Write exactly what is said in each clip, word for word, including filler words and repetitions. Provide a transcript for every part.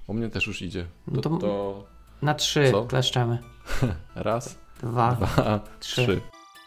U mnie też już idzie. To, No to to... Na trzy Co? kleszczemy. Raz, Dwa, dwa, trzy. trzy.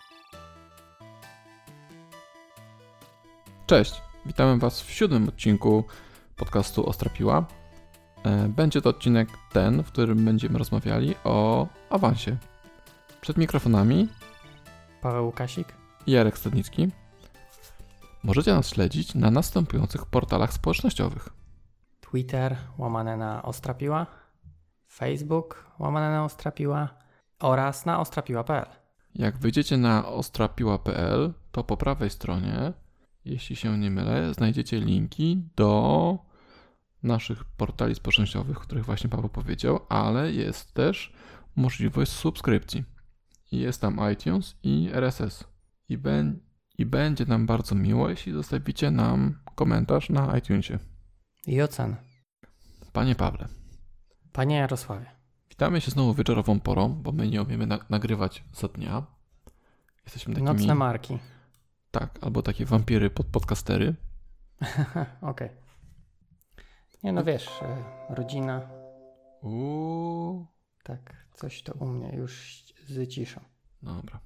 Cześć, witamy Was w siódmym odcinku podcastu Ostra Piła. Będzie to odcinek ten, w którym będziemy rozmawiali o awansie. Przed mikrofonami Paweł Łukasik. i Jarek Stadnicki. Możecie nas śledzić na następujących portalach społecznościowych. Twitter łamane na Ostra Piła, Facebook łamane na Ostra Piła oraz na ostrapiła kropka pe el. Jak wyjdziecie na ostrapiła kropka pe el, to po prawej stronie, jeśli się nie mylę, znajdziecie linki do naszych portali społecznościowych, o których właśnie Paweł powiedział, ale jest też możliwość subskrypcji. Jest tam iTunes i R S S. I, ben, I będzie nam bardzo miło, jeśli zostawicie nam komentarz na iTunesie. I ocen. Panie Pawle. Panie Jarosławie. Witamy się znowu wieczorową porą, bo my nie umiemy na- nagrywać za dnia. Jesteśmy takimi... Nocne marki. Tak, albo takie wampiry pod podcastery. Okej. Okay. Nie no wiesz, rodzina. Uuu. Tak, coś to u mnie już z ciszą. Dobra.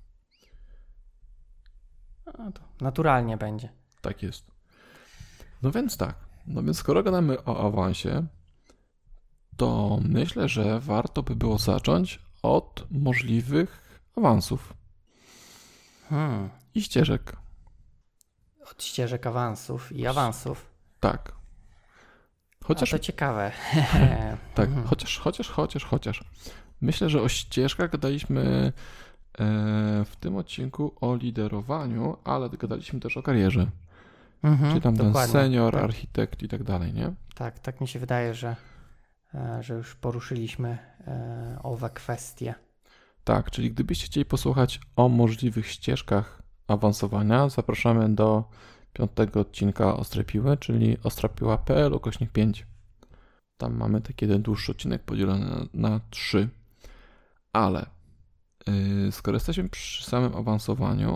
No to naturalnie będzie. Tak jest. No więc tak. No więc skoro gadamy o awansie, to myślę, że warto by było zacząć od możliwych awansów Hmm. i ścieżek. Od ścieżek awansów i awansów. Tak. Chociaż A to ciekawe. tak, chociaż, chociaż, chociaż, chociaż. Myślę, że o ścieżkach gadaliśmy e, w tym odcinku o liderowaniu, ale gadaliśmy też o karierze. Mhm, Czyli tam ten dokładnie. senior, Tak. architekt i tak dalej, nie? Tak, tak mi się wydaje, że, e, że już poruszyliśmy e, owe kwestie. Tak, czyli gdybyście chcieli posłuchać o możliwych ścieżkach awansowania, zapraszamy do piątego odcinka Ostrej Piły, czyli ostrapiła kropka pe el ukośnik pięć. Tam mamy taki jeden dłuższy odcinek podzielony na, na trzy. Ale yy, skoro jesteśmy przy samym awansowaniu,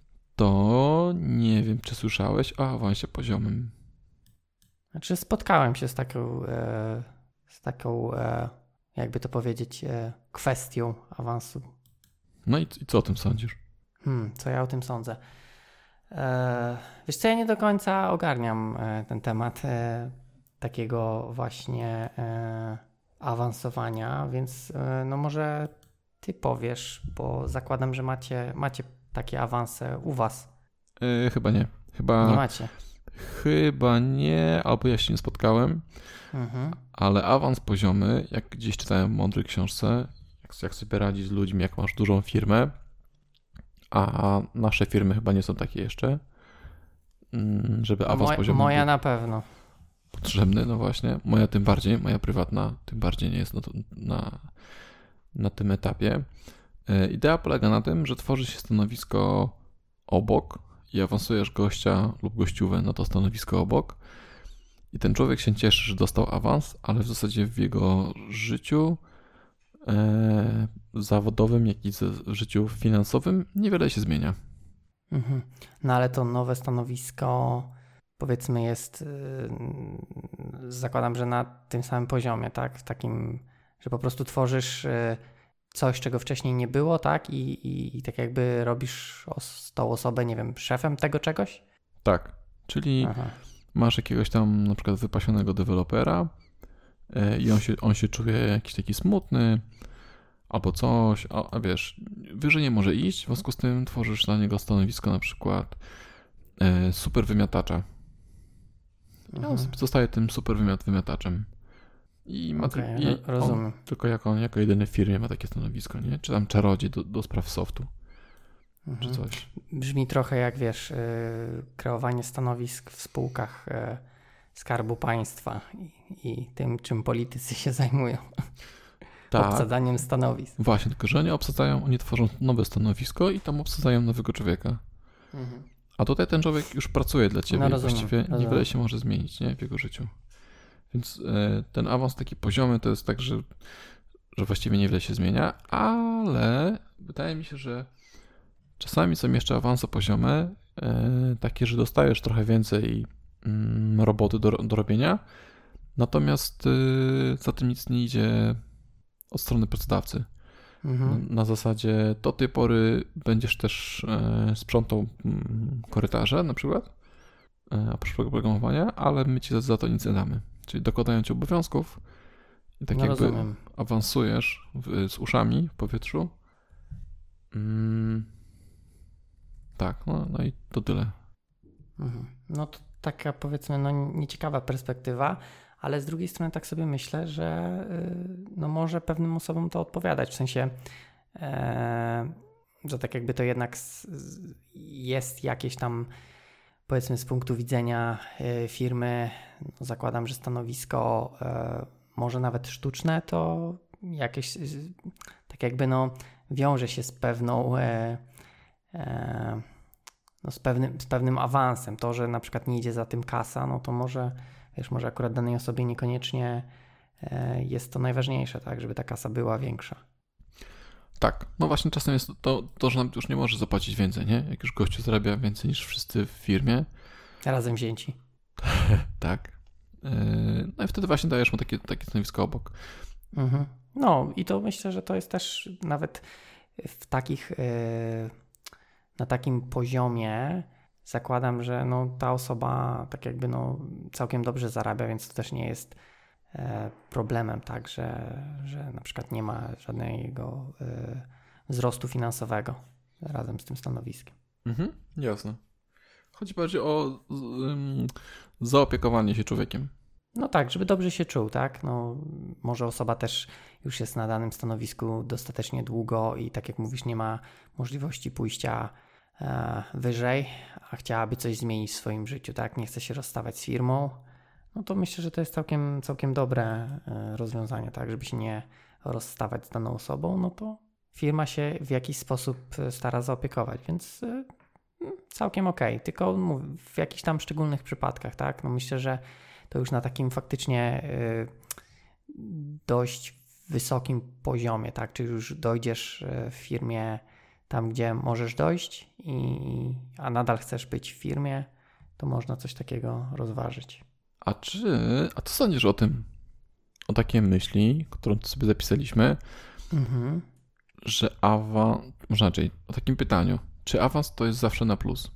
to nie wiem, czy słyszałeś o awansie poziomym. Znaczy spotkałem się z taką, e, z taką e, jakby to powiedzieć, e, kwestią awansu. No i, i co o tym sądzisz? Hmm, co ja o tym sądzę? E, wiesz co, ja nie do końca ogarniam e, ten temat e, takiego właśnie e, awansowania, więc e, no może ty powiesz, bo zakładam, że macie, macie takie awanse u was. Yy, chyba nie. Chyba Nie macie. Chyba nie, albo ja się nie spotkałem, Mhm. ale awans poziomy, jak gdzieś czytałem w mądrej książce, jak, jak sobie radzić z ludźmi, jak masz dużą firmę, a nasze firmy chyba nie są takie jeszcze, żeby awans Moj, poziomy moja był na pewno. potrzebny, no właśnie, moja tym bardziej, moja prywatna tym bardziej nie jest na, to, na, na tym etapie. Idea polega na tym, że tworzy się stanowisko obok i awansujesz gościa lub gościówę na to stanowisko obok i ten człowiek się cieszy, że dostał awans, ale w zasadzie w jego życiu e, zawodowym, jak i w życiu finansowym niewiele się zmienia. Mhm. No ale to nowe stanowisko powiedzmy jest, yy, zakładam, że na tym samym poziomie, tak? W takim, że po prostu tworzysz yy, coś, czego wcześniej nie było, tak? I, i, i tak jakby robisz os- tą osobę, nie wiem, szefem tego czegoś? Tak, czyli Aha. masz jakiegoś tam na przykład wypasionego dewelopera e, i on się, on się czuje jakiś taki smutny albo coś, a, a wiesz, wyżej nie może iść, w związku z tym tworzysz dla niego stanowisko na przykład e, super wymiatacza. I on Mhm. sobie zostaje tym super wymiat, wymiataczem. I ma Okej, ty- i ro- rozumiem. on, tylko jako on, jako jedyny w firmie ma takie stanowisko, nie? Czy tam czarodziej do, do spraw softu, Mhm. czy coś. Brzmi trochę jak, wiesz, yy, kreowanie stanowisk w spółkach yy, Skarbu Państwa i, i tym, czym politycy się zajmują. Tak. Obsadaniem stanowisk. Właśnie, tylko że oni obsadzają, oni tworzą nowe stanowisko i tam obsadzają nowego człowieka. Mhm. A tutaj ten człowiek już pracuje dla ciebie No, i rozumiem, właściwie rozumiem. niewiele się może zmienić, nie? W jego życiu. Więc e, ten awans taki poziomy to jest tak, że, że właściwie niewiele się zmienia, ale wydaje mi się, że czasami są jeszcze awanse poziome, e, takie, że dostajesz trochę więcej mm, roboty do, do robienia, Natomiast yy, za tym nic nie idzie od strony pracodawcy. Mhm. Na, na zasadzie do tej pory będziesz też e, sprzątał mm, korytarze na przykład, e, oprócz programowania, ale my ci za, za to nic nie damy. Czyli dokładają ci obowiązków i tak No jakby rozumiem. awansujesz w, z uszami w powietrzu. Mm, tak, no, no i to tyle. Mhm. No to taka powiedzmy no nieciekawa perspektywa, ale z drugiej strony tak sobie myślę, że y, no może pewnym osobom to odpowiadać, w sensie, e, że tak jakby to jednak s, jest jakieś tam powiedzmy z punktu widzenia y, firmy, no zakładam, że stanowisko e, może nawet sztuczne, to jakieś y, tak jakby no wiąże się z pewną e, e, no z, pewnym, z pewnym awansem. To, że na przykład nie idzie za tym kasa, no to może, wiesz, może akurat danej osobie niekoniecznie e, jest to najważniejsze, tak, żeby ta kasa była większa. Tak, no właśnie czasem jest to, to, że nam już nie może zapłacić więcej, nie? Jak już gościu zarabia więcej niż wszyscy w firmie. Razem wzięci. Tak. Yy, no i wtedy właśnie dajesz mu takie, takie stanowisko obok. Mhm. No i to myślę, że to jest też nawet w takich, yy, na takim poziomie zakładam, że no, ta osoba tak jakby no, całkiem dobrze zarabia, więc to też nie jest e, problemem, tak, że, że na przykład nie ma żadnego e, wzrostu finansowego razem z tym stanowiskiem. Mhm, jasne. Chodzi bardziej o um, zaopiekowanie się człowiekiem. No tak, żeby dobrze się czuł, tak? No, może osoba też już jest na danym stanowisku dostatecznie długo i tak jak mówisz, nie ma możliwości pójścia e, wyżej, a chciałaby coś zmienić w swoim życiu, tak? Nie chce się rozstawać z firmą, no to myślę, że to jest całkiem, całkiem dobre e, rozwiązanie, tak? Żeby się nie rozstawać z daną osobą, no to firma się w jakiś sposób stara zaopiekować, więc e, całkiem okej, okay. Tylko mówię, w jakichś tam szczególnych przypadkach, tak? No myślę, że to już na takim faktycznie y, dość wysokim poziomie, tak? Czy już dojdziesz w firmie tam, gdzie możesz dojść, i, a nadal chcesz być w firmie, to można coś takiego rozważyć. A czy, a co sądzisz o tym, o takiej myśli, którą tu sobie zapisaliśmy, mhm. że awans, może inaczej, o takim pytaniu, czy awans to jest zawsze na plus?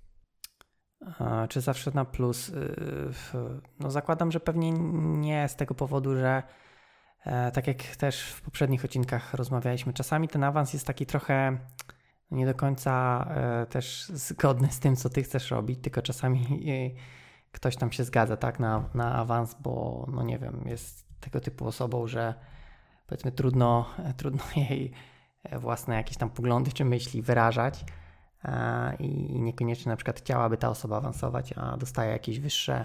A, czy zawsze na plus? No zakładam, że pewnie nie, z tego powodu, że e, tak jak też w poprzednich odcinkach rozmawialiśmy, czasami ten awans jest taki trochę nie do końca e, też zgodny z tym, co ty chcesz robić, tylko czasami e, ktoś tam się zgadza, tak, na, na awans, bo no nie wiem, jest tego typu osobą, że powiedzmy trudno, trudno jej własne jakieś tam poglądy czy myśli wyrażać i niekoniecznie na przykład chciałaby ta osoba awansować, a dostaje jakieś wyższe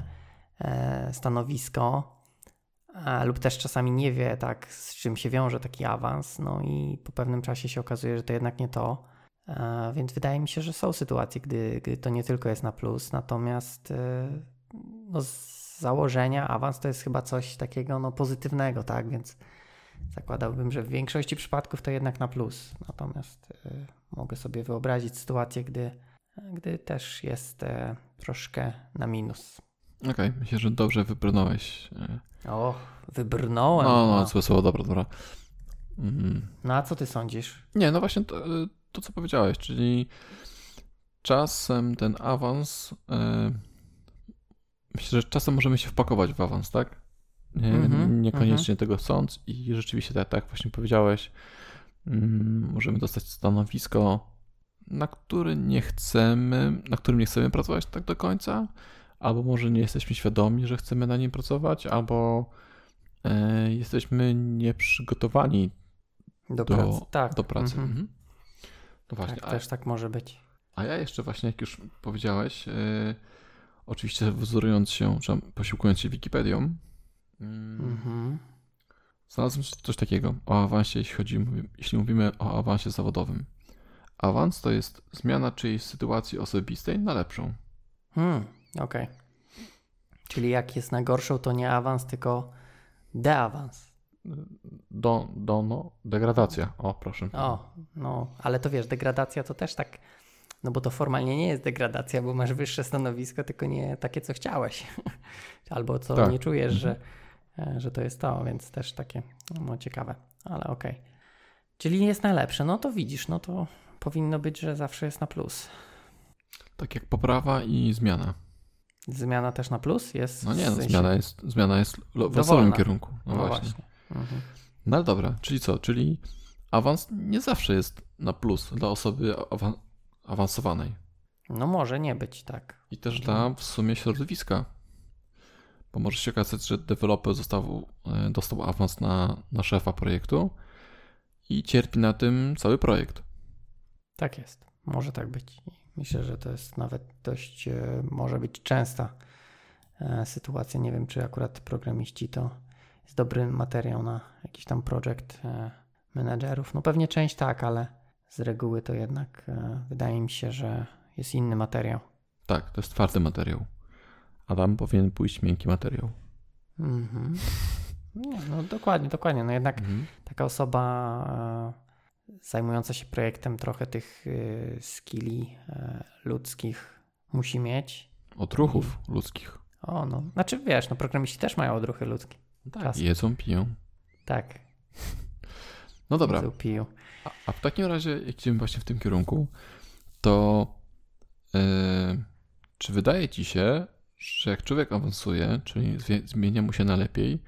stanowisko, lub też czasami nie wie, tak, z czym się wiąże taki awans, no i po pewnym czasie się okazuje, że to jednak nie to, więc wydaje mi się, że są sytuacje, gdy, gdy to nie tylko jest na plus, natomiast no, z założenia awans to jest chyba coś takiego no, pozytywnego, tak, więc zakładałbym, że w większości przypadków to jednak na plus, natomiast y, mogę sobie wyobrazić sytuację, gdy, gdy też jest y, troszkę na minus. Okej, okay, myślę, że dobrze wybrnąłeś. O, wybrnąłem. No, no, złe słowo, dobra, dobra. Mm. No a co ty sądzisz? Nie, no właśnie to, to co powiedziałeś, czyli czasem ten awans, yy, myślę, że czasem możemy się wpakować w awans, tak? Nie, mm-hmm, niekoniecznie mm-hmm. tego chcąc i rzeczywiście tak, tak właśnie powiedziałeś, mm, możemy dostać stanowisko, na którym nie chcemy, na którym nie chcemy pracować tak do końca, albo może nie jesteśmy świadomi, że chcemy na nim pracować, albo e, jesteśmy nieprzygotowani do, do pracy. Tak. Do pracy. Mm-hmm. Mhm. No właśnie, tak, a, też tak może być. A ja jeszcze właśnie, jak już powiedziałeś, e, oczywiście wzorując się, czy posiłkując się Wikipedią, Mm. znalazłem coś takiego o awansie, jeśli chodzi, jeśli mówimy o awansie zawodowym. Awans to jest zmiana czyjejś sytuacji osobistej na lepszą. Hmm, okej. Okay. Czyli jak jest na gorszą, to nie awans, tylko deawans. Do, do, no, degradacja. O, proszę. O, no, ale to wiesz, degradacja to też tak, no bo to formalnie nie jest degradacja, bo masz wyższe stanowisko, tylko nie takie, co chciałeś. Albo co tak. nie czujesz, mhm. że że to jest to, więc też takie no, ciekawe, ale okej. Okay. Czyli jest najlepsze, no to widzisz, no to powinno być, że zawsze jest na plus. Tak jak poprawa i zmiana. Zmiana też na plus jest? No nie, no, w sensie... zmiana jest, zmiana jest w wesołym kierunku. No, no właśnie. właśnie. Mhm. No ale dobra, czyli co? Czyli awans nie zawsze jest na plus dla osoby awan- awansowanej. No może nie być, tak. I też dla w sumie środowiska. Bo może się okazać, że deweloper został, dostał awans na, na szefa projektu i cierpi na tym cały projekt. Tak jest. Może tak być. Myślę, że to jest nawet dość, może być częsta sytuacja. Nie wiem, czy akurat programiści to jest dobry materiał na jakiś tam project menedżerów. No pewnie część tak, ale z reguły to jednak wydaje mi się, że jest inny materiał. Tak, to jest twardy materiał. A tam powinien pójść miękki materiał. Mhm. Nie, no dokładnie, dokładnie. No jednak mhm. taka osoba zajmująca się projektem trochę tych skilli ludzkich musi mieć. Odruchów I... ludzkich. O, no. Znaczy wiesz, no programiści też mają odruchy ludzkie. Tak, czasem. Jedzą, piją. Tak. No dobra. Jedzą, piją. A, a w takim razie, jak idziemy właśnie w tym kierunku, to yy, czy wydaje ci się, że jak człowiek awansuje, czyli zmienia mu się na lepiej,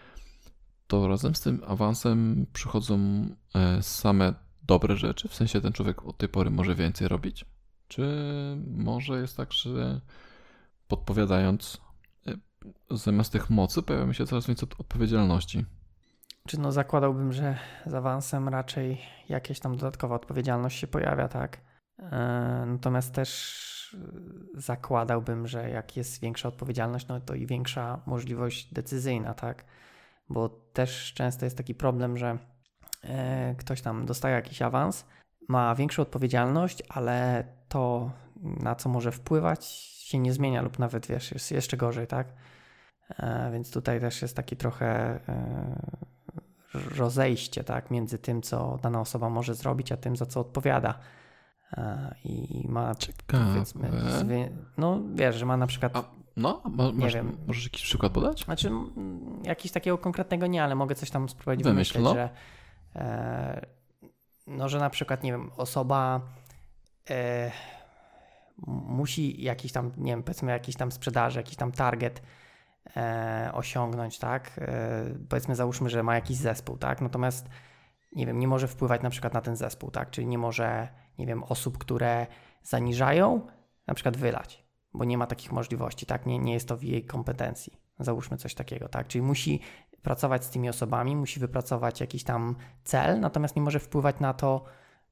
to razem z tym awansem przychodzą same dobre rzeczy? W sensie ten człowiek od tej pory może więcej robić? Czy może jest tak, że podpowiadając, zamiast tych mocy pojawia się coraz więcej odpowiedzialności? Czy no zakładałbym, że z awansem raczej jakaś tam dodatkowa odpowiedzialność się pojawia, tak? Natomiast też zakładałbym, że jak jest większa odpowiedzialność, no to i większa możliwość decyzyjna, tak? Bo też często jest taki problem, że ktoś tam dostaje jakiś awans, ma większą odpowiedzialność, ale to, na co może wpływać, się nie zmienia lub nawet, wiesz, jest jeszcze gorzej, tak? Więc tutaj też jest taki trochę rozejście, tak? Między tym, co dana osoba może zrobić, a tym, za co odpowiada. I ma, Ciekawe. Powiedzmy, zwie... no wiesz, że ma na przykład... A, no, ma, nie masz, wiem. Możesz jakiś przykład podać? Znaczy, jakiś takiego konkretnego nie, ale mogę coś tam spróbować Wymyśl, wymyśleć, no. że e, no, że na przykład, nie wiem, osoba e, musi jakiś tam, nie wiem, powiedzmy jakiś tam sprzedaży, jakiś tam target e, osiągnąć, tak? E, powiedzmy, załóżmy, że ma jakiś zespół, tak? Natomiast, nie wiem, nie może wpływać na przykład na ten zespół, tak? Czyli nie może, nie wiem, osób, które zaniżają, na przykład wylać, bo nie ma takich możliwości, tak? Nie, nie jest to w jej kompetencji. Załóżmy coś takiego, tak? Czyli musi pracować z tymi osobami, musi wypracować jakiś tam cel, natomiast nie może wpływać na to,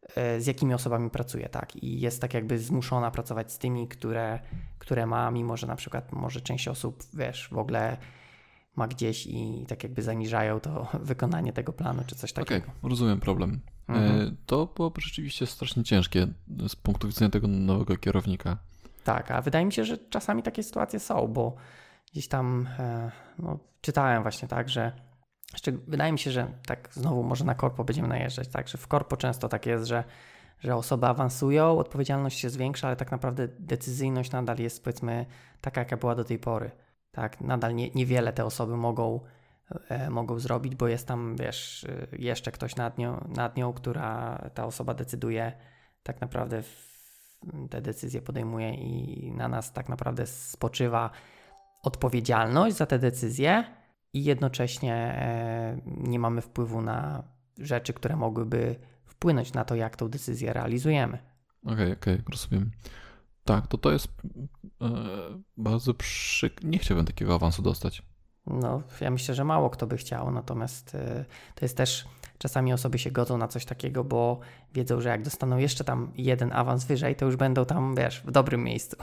z jakimi osobami pracuje, tak? I jest tak jakby zmuszona pracować z tymi, które, które ma, mimo że na przykład może część osób, wiesz, w ogóle ma gdzieś i tak jakby zaniżają to wykonanie tego planu, czy coś takiego. Okej, okay, rozumiem problem. Mhm. To byłoby rzeczywiście strasznie ciężkie z punktu widzenia tego nowego kierownika. Tak, a wydaje mi się, że czasami takie sytuacje są, bo gdzieś tam no, czytałem właśnie tak, że jeszcze wydaje mi się, że tak znowu może na korpo będziemy najeżdżać, tak, że w korpo często tak jest, że, że osoby awansują, odpowiedzialność się zwiększa, ale tak naprawdę decyzyjność nadal jest, powiedzmy, taka, jaka była do tej pory. Tak, nadal nie, niewiele te osoby mogą, e, mogą zrobić, bo jest tam, wiesz, jeszcze ktoś nad nią, nad nią, która ta osoba decyduje, tak naprawdę w, te decyzje podejmuje i na nas tak naprawdę spoczywa odpowiedzialność za te decyzje i jednocześnie e, nie mamy wpływu na rzeczy, które mogłyby wpłynąć na to, jak tą decyzję realizujemy. Okej, okay, okej, okay, rozumiem. Tak, to to jest e, bardzo przyk... Nie chciałbym takiego awansu dostać. No, ja myślę, że mało kto by chciał, natomiast e, to jest też, czasami osoby się godzą na coś takiego, bo wiedzą, że jak dostaną jeszcze tam jeden awans wyżej, to już będą tam, wiesz, w dobrym miejscu.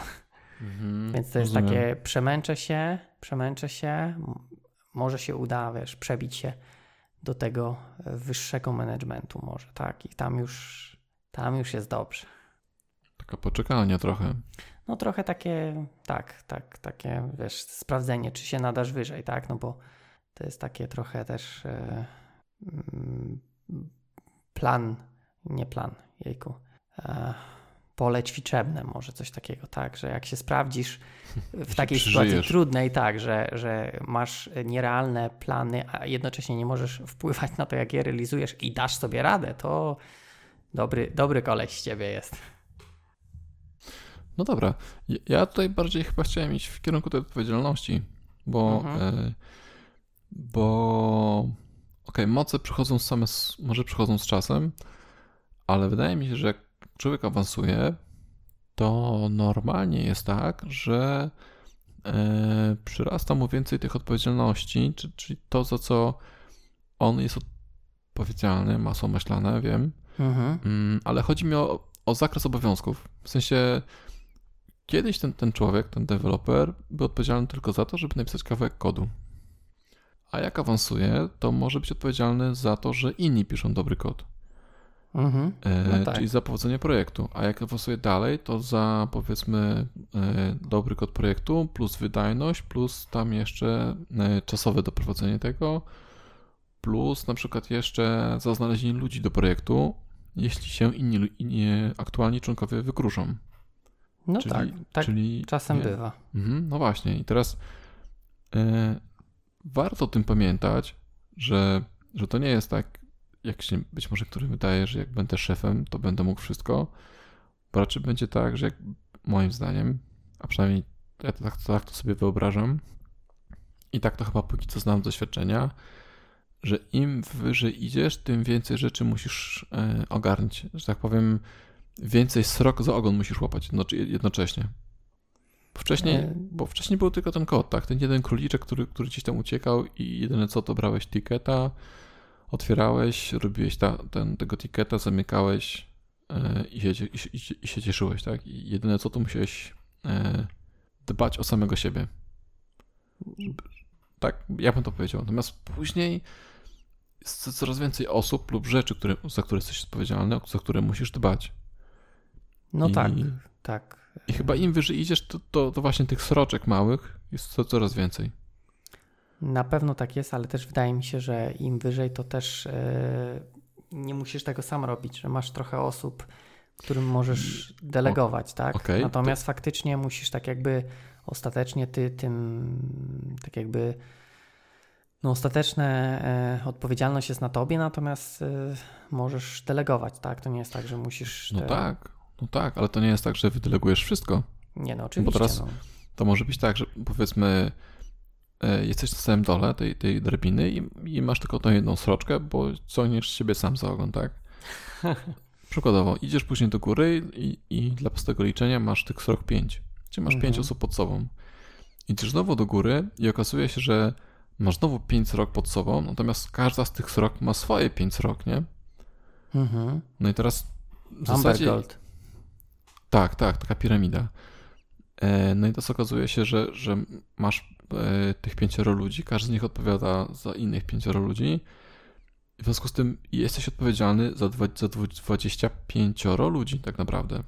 Mhm, Więc to jest rozumiem. Takie, przemęczę się, przemęczę się, może się uda, wiesz, przebić się do tego wyższego managementu może, tak? I tam już, tam już jest dobrze. Taka poczekalnia trochę. No trochę takie, tak, tak, takie, wiesz, sprawdzenie, czy się nadasz wyżej, tak? No bo to jest takie trochę też e, plan, nie plan, jejku, e, pole ćwiczebne, może coś takiego, tak, że jak się sprawdzisz w takiej przeżyjesz. sytuacji trudnej, tak, że, że masz nierealne plany, a jednocześnie nie możesz wpływać na to, jak je realizujesz i dasz sobie radę, to dobry, dobry koleś z ciebie jest. No dobra, ja tutaj bardziej chyba chciałem iść w kierunku tej odpowiedzialności, bo Mhm. y, bo okej, okay, moce przychodzą same, z, może przychodzą z czasem, ale wydaje mi się, że jak człowiek awansuje, to normalnie jest tak, że e, przyrasta mu więcej tych odpowiedzialności, czyli, czyli to, za co on jest odpowiedzialny, masło maślane, wiem, Mhm. mm, ale chodzi mi o, o zakres obowiązków. W sensie kiedyś ten, ten człowiek, ten deweloper był odpowiedzialny tylko za to, żeby napisać kawałek kodu. A jak awansuje, to może być odpowiedzialny za to, że inni piszą dobry kod. Mhm. No E, tak. czyli za powodzenie projektu. A jak awansuje dalej, to za powiedzmy e, dobry kod projektu plus wydajność, plus tam jeszcze e, czasowe doprowadzenie tego, plus na przykład jeszcze za znalezienie ludzi do projektu, jeśli się inni, lu- inni aktualni członkowie wykruszą. No czyli, tak, tak czyli, czasem nie, bywa. Mhm, no właśnie. I teraz e, warto o tym pamiętać, że, że to nie jest tak, jak się być może którym wydaje, że jak będę szefem, to będę mógł wszystko, bo raczej będzie tak, że jak, moim zdaniem, a przynajmniej ja to tak, tak to sobie wyobrażam i tak to chyba póki co znam z doświadczenia, że im wyżej idziesz, tym więcej rzeczy musisz e, ogarnąć, że tak powiem, więcej srok za ogon musisz łapać jednocze- jednocześnie. Bo wcześniej, E, bo wcześniej był tylko ten kod, tak? Ten jeden króliczek, który, który gdzieś tam uciekał i jedyne co, to brałeś ticketa, otwierałeś, robiłeś ta, ten, tego ticketa, zamykałeś yy, i, się, i, i, i się cieszyłeś, tak? I jedyne co, to musiałeś yy, dbać o samego siebie. Żeby, tak, ja bym to powiedział. Natomiast później jest coraz więcej osób lub rzeczy, które, za które jesteś odpowiedzialny, za które musisz dbać. No I, tak, tak. I chyba im wyżej idziesz, to, to, to właśnie tych sroczek małych jest to coraz więcej. Na pewno tak jest, ale też wydaje mi się, że im wyżej, to też yy, nie musisz tego sam robić, że masz trochę osób, którym możesz delegować, tak? Okay, Natomiast to... faktycznie musisz tak jakby ostatecznie ty tym, tak jakby no ostateczna e, odpowiedzialność jest na tobie, natomiast e, możesz delegować, tak? To nie jest tak, że musisz... No te... tak, no tak, ale to nie jest tak, że wydelegujesz wszystko. Nie no, oczywiście. Bo teraz no. to może być tak, że powiedzmy e, jesteś na samym dole tej, tej drabiny i, i masz tylko tą jedną sroczkę, bo ciągniesz siebie sam za ogon, tak? Przykładowo, idziesz później do góry i, i dla prostego liczenia masz tych srok pięć, czyli masz Mhm. pięć osób pod sobą. Idziesz znowu do góry i okazuje się, że masz znowu pięć srok pod sobą, natomiast każda z tych srok ma swoje pięć srok, nie? Mhm. No i teraz w Amber zasadzie... Gold. Tak, tak, taka piramida. E, no i teraz okazuje się, że, że masz e, tych pięcioro ludzi, każdy z nich odpowiada za innych pięcioro ludzi. W związku z tym jesteś odpowiedzialny za, dwa, za dwadzieścia pięcioro ludzi tak naprawdę.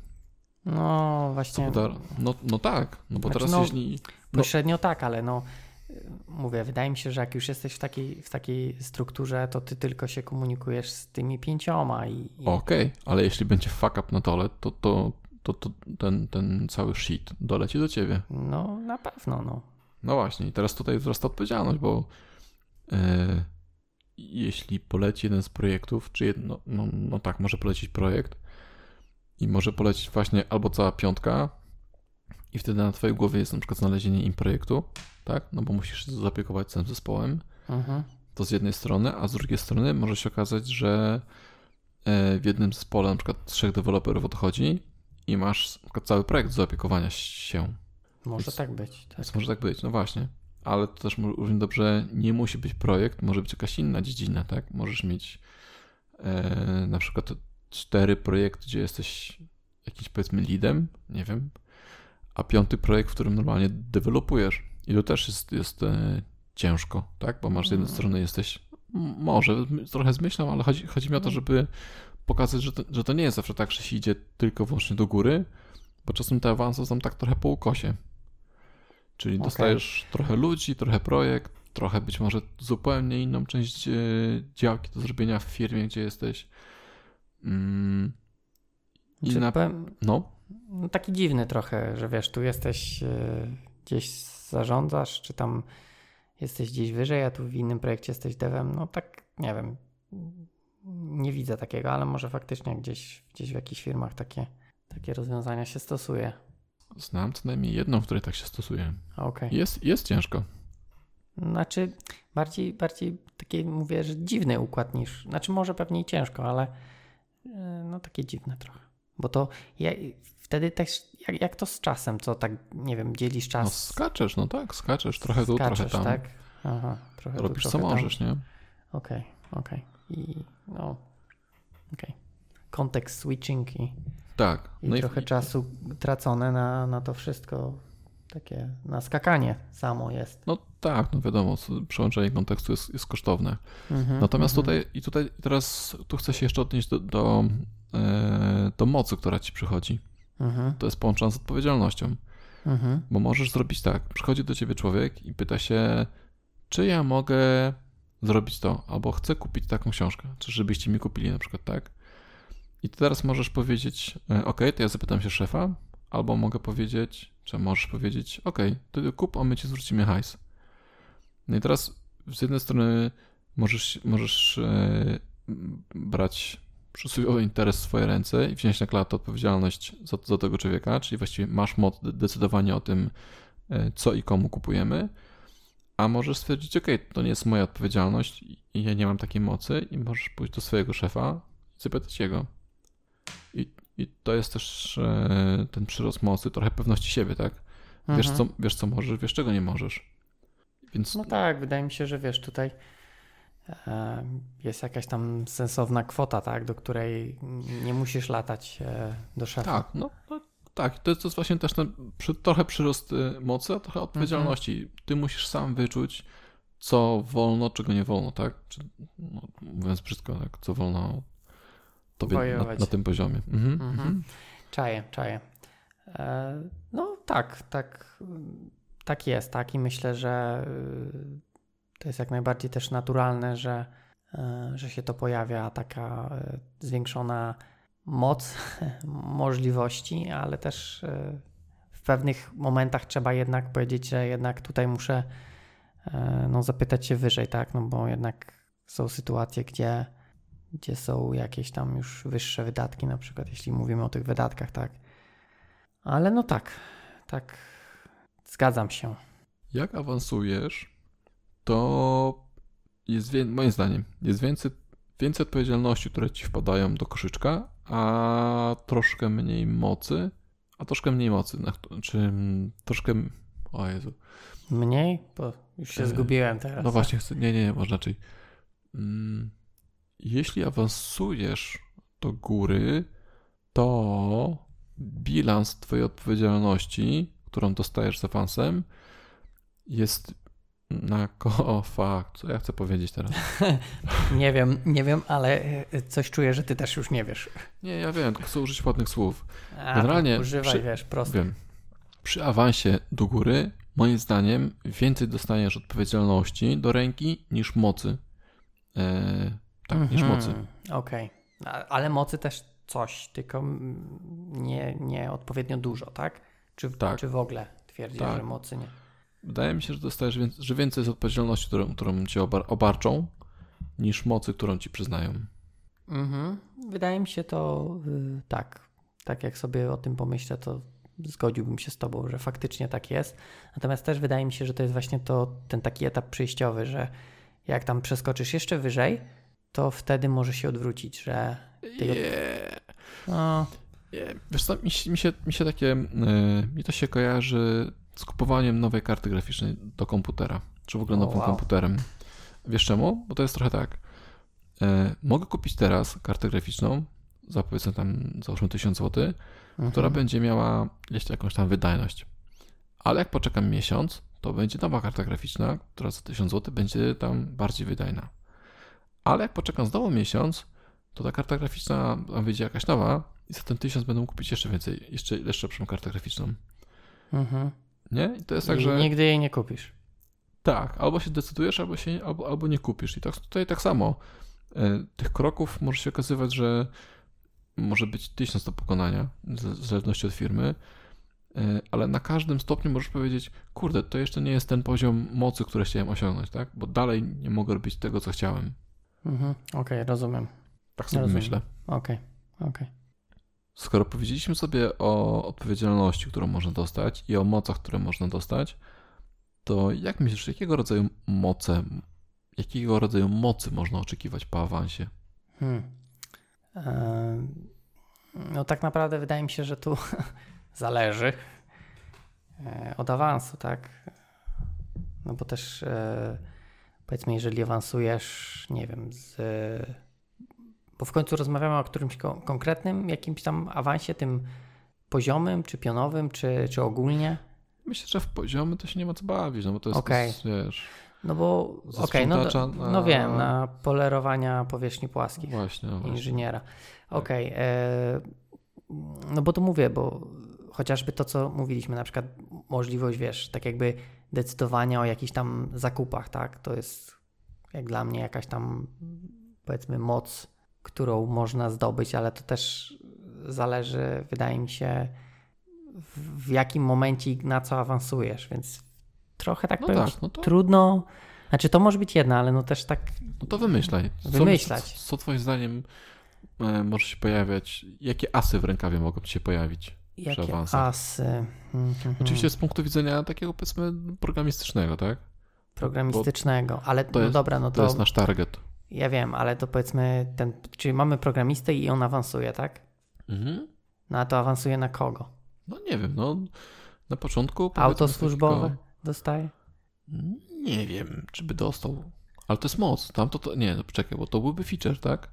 No właśnie. Poda... No, no tak, no bo Znaczy, teraz no, jeśli... No, Pośrednio tak, ale no mówię, wydaje mi się, że jak już jesteś w takiej, w takiej strukturze, to ty tylko się komunikujesz z tymi pięcioma i... i... Okej, okay, ale jeśli będzie fuck up na dole, to, to, to, to ten, ten cały shit doleci do ciebie. No na pewno, no. No właśnie, i teraz tutaj wzrasta odpowiedzialność, bo e, jeśli poleci jeden z projektów, czy jedno, no, no tak, może polecić projekt i może polecić właśnie albo cała piątka i wtedy na twojej głowie jest na przykład znalezienie im projektu, tak, no bo musisz się zaopiekować całym zespołem, Mhm. to z jednej strony, a z drugiej strony może się okazać, że e, w jednym zespole na przykład trzech deweloperów odchodzi i masz na przykład cały projekt zaopiekowania się. Może Więc, tak być. Tak. Więc może tak być, no właśnie. Ale to też równie dobrze nie musi być projekt, może być jakaś inna dziedzina, tak? Możesz mieć e, na przykład cztery projekty, gdzie jesteś jakimś powiedzmy leadem, nie wiem, a piąty projekt, w którym normalnie dewelopujesz. I to też jest, jest e, ciężko, tak? Bo masz z jednej strony jesteś, m- może trochę z myślą, ale chodzi, chodzi mi o to, żeby pokazać, że to, że to nie jest zawsze tak, że się idzie tylko wyłącznie do góry, bo czasem te awanse są tak trochę po ukosie. Czyli Okay. dostajesz trochę ludzi, trochę projekt, trochę być może zupełnie inną część e, działki do zrobienia w firmie, gdzie jesteś. Mm, I Czy na... powiem, No. no taki dziwny trochę, że wiesz, tu jesteś, yy, gdzieś zarządzasz, czy tam jesteś gdzieś wyżej, a tu w innym projekcie jesteś devem, no tak, nie wiem, nie widzę takiego, ale może faktycznie gdzieś, gdzieś w jakichś firmach takie, takie rozwiązania się stosuje. Znam co najmniej jedną, w której tak się stosuje. Okay. Jest, jest ciężko. Znaczy, bardziej, bardziej taki, mówię, że dziwny układ niż, znaczy może pewnie i ciężko, ale no takie dziwne trochę. Bo to ja, wtedy też, jak, jak to z czasem, co tak, nie wiem, dzielisz czas? No skaczesz, no tak, skaczesz, trochę tu, skaczesz, trochę tam. tak? Aha, trochę robisz tu, co trochę możesz, tam. nie? Okej, okay, okej. Okay. I no, okej. Okay. Context switching i, tak. i no trochę i, czasu tracone na, na to wszystko, takie na skakanie samo jest. No tak, no wiadomo, przełączenie kontekstu jest, jest kosztowne. Mm-hmm, Natomiast mm-hmm. tutaj i tutaj teraz tu chcę się jeszcze odnieść do, do, e, do mocy, która ci przychodzi. Mm-hmm. To jest połączone z odpowiedzialnością. Mm-hmm. Bo możesz zrobić tak, przychodzi do ciebie człowiek i pyta się, czy ja mogę zrobić to, albo chcę kupić taką książkę, czy żebyście mi kupili na przykład, tak? I ty teraz możesz powiedzieć, ok, to ja zapytam się szefa, albo mogę powiedzieć, czy możesz powiedzieć, ok, ty kup, a my ci zwrócimy hajs. No i teraz z jednej strony możesz, możesz e, brać przysłowiowy interes w swoje ręce i wziąć na klatę odpowiedzialność za, za tego człowieka, czyli właściwie masz moc decydowania o tym, e, co i komu kupujemy, a możesz stwierdzić, ok, to nie jest moja odpowiedzialność i ja nie mam takiej mocy i możesz pójść do swojego szefa i zapytać jego. I, i to jest też e, ten przyrost mocy, trochę pewności siebie, tak? Wiesz, Mhm. co, wiesz, co możesz, wiesz, czego nie możesz. Więc... No tak, wydaje mi się, że wiesz, tutaj e, jest jakaś tam sensowna kwota, tak, do której nie musisz latać e, do szefa. Tak, no, no tak. To jest, to jest właśnie też ten przy, trochę przyrost y, mocy, a trochę odpowiedzialności. Mhm. Ty musisz sam wyczuć, co wolno, czego nie wolno, tak? Czy, no, mówiąc brzydko, tak, co wolno tobie na, na tym poziomie. Mhm, mhm. Mhm. Czaję, czaję. E, no tak, tak, tak jest, tak i myślę, że y, to jest jak najbardziej też naturalne, że, y, że się to pojawia, taka y, zwiększona moc, możliwości, ale też y, w pewnych momentach trzeba jednak powiedzieć, że jednak tutaj muszę y, no, zapytać się wyżej, tak, no bo jednak są sytuacje, gdzie gdzie są jakieś tam już wyższe wydatki, na przykład jeśli mówimy o tych wydatkach, tak. Ale no tak, tak, zgadzam się. Jak awansujesz, to jest, wie, moim zdaniem, jest więcej, więcej odpowiedzialności, które ci wpadają do koszyczka, a troszkę mniej mocy, a troszkę mniej mocy, czy troszkę, o Jezu. Mniej? Bo już się e, zgubiłem teraz. No właśnie, chcę, nie, nie, nie, może inaczej. Hmm. Jeśli awansujesz do góry, to bilans twojej odpowiedzialności, którą dostajesz z awansem, jest na ko... Fuck, co ja chcę powiedzieć teraz? nie wiem, nie wiem, ale coś czuję, że ty też już nie wiesz. Nie, ja wiem, tylko chcę użyć ładnych słów. A, Generalnie używaj, przy, wiesz, prosto. Wiem, przy awansie do góry, moim zdaniem, więcej dostaniesz odpowiedzialności do ręki niż mocy. Eee, Tak, mm-hmm. niż mocy. Okej, okay. Ale mocy też coś, tylko nie, nie odpowiednio dużo, tak? Czy, tak. czy w ogóle twierdzisz, tak. że mocy nie? Wydaje mi się, że dostajesz więcej, że więcej jest odpowiedzialności, którą, którą cię obar- obarczą, niż mocy, którą ci przyznają. Mm-hmm. Wydaje mi się to yy, tak. Tak jak sobie o tym pomyślę, to zgodziłbym się z tobą, że faktycznie tak jest. Natomiast też wydaje mi się, że to jest właśnie to, ten taki etap przejściowy, że jak tam przeskoczysz jeszcze wyżej, to wtedy może się odwrócić, że... Tego... Yeah. No. Yeah. Wiesz co, mi, mi, się, mi się takie... Yy, mi to się kojarzy z kupowaniem nowej karty graficznej do komputera, czy w ogóle nowym oh, wow. komputerem. Wiesz czemu? Bo to jest trochę tak. Yy, mogę kupić teraz kartę graficzną za powiedzmy tam, załóżmy tysiąc złotych, mhm. która będzie miała jeszcze jakąś tam wydajność. Ale jak poczekam miesiąc, to będzie nowa karta graficzna, która za tysiąc złotych będzie tam bardziej wydajna. Ale jak poczekam znowu miesiąc, to ta karta graficzna wyjdzie jakaś nowa i za ten tysiąc będę mógł kupić jeszcze więcej, jeszcze lepszą kartę graficzną. Mhm. Nie? I to jest tak, I że... nigdy jej nie kupisz. Tak, albo się decydujesz, albo, się, albo, albo nie kupisz. I tak tutaj tak samo. Tych kroków może się okazywać, że może być tysiąc do pokonania, w zależności od firmy, ale na każdym stopniu możesz powiedzieć, kurde, to jeszcze nie jest ten poziom mocy, który chciałem osiągnąć, tak? Bo dalej nie mogę robić tego, co chciałem. Mhm, okej, okay, rozumiem. Tak sobie rozumiem. myślę. Okej, okay, okej. Okay. Skoro powiedzieliśmy sobie o odpowiedzialności, którą można dostać i o mocach, które można dostać, to jak myślisz, jakiego rodzaju moce, jakiego rodzaju mocy można oczekiwać po awansie? Hmm. No tak naprawdę wydaje mi się, że tu zależy od awansu, tak? No bo też powiedzmy, jeżeli awansujesz, nie wiem, z... bo w końcu rozmawiamy o którymś konkretnym jakimś tam awansie, tym poziomym, czy pionowym, czy, czy ogólnie. Myślę, że w poziomy to się nie ma co bawić, no bo to jest, okay. wiesz... No bo, okej, okay, no, na... no wiem, na polerowania powierzchni płaskich. Właśnie, no właśnie. Inżyniera. Okej, okay, e... no bo to mówię, bo chociażby to, co mówiliśmy, na przykład możliwość, wiesz, tak jakby decydowania o jakichś tam zakupach, tak? To jest jak dla mnie jakaś tam, powiedzmy, moc, którą można zdobyć, ale to też zależy, wydaje mi się, w, w jakim momencie i na co awansujesz, więc trochę tak no powiem, tak, no to... trudno, znaczy to może być jedna, ale no też tak... No to wymyślaj. Co, wymyślać. Co, co twoim zdaniem e, może się pojawiać, jakie asy w rękawie mogą ci się pojawić jakie przy awansach? asy? Hmm, hmm, Oczywiście z punktu widzenia takiego, powiedzmy, programistycznego, tak? Programistycznego, Bo ale to no jest, dobra, no to... To jest nasz target. Ja wiem, ale to powiedzmy, ten, czyli mamy programistę i on awansuje, tak? Mhm. No a to awansuje na kogo? No nie wiem, no na początku... Auto służbowe takiego... dostaje? Nie wiem, czy by dostał. Ale to jest moc. Tam to, to nie, no poczekaj, bo to byłby feature, tak?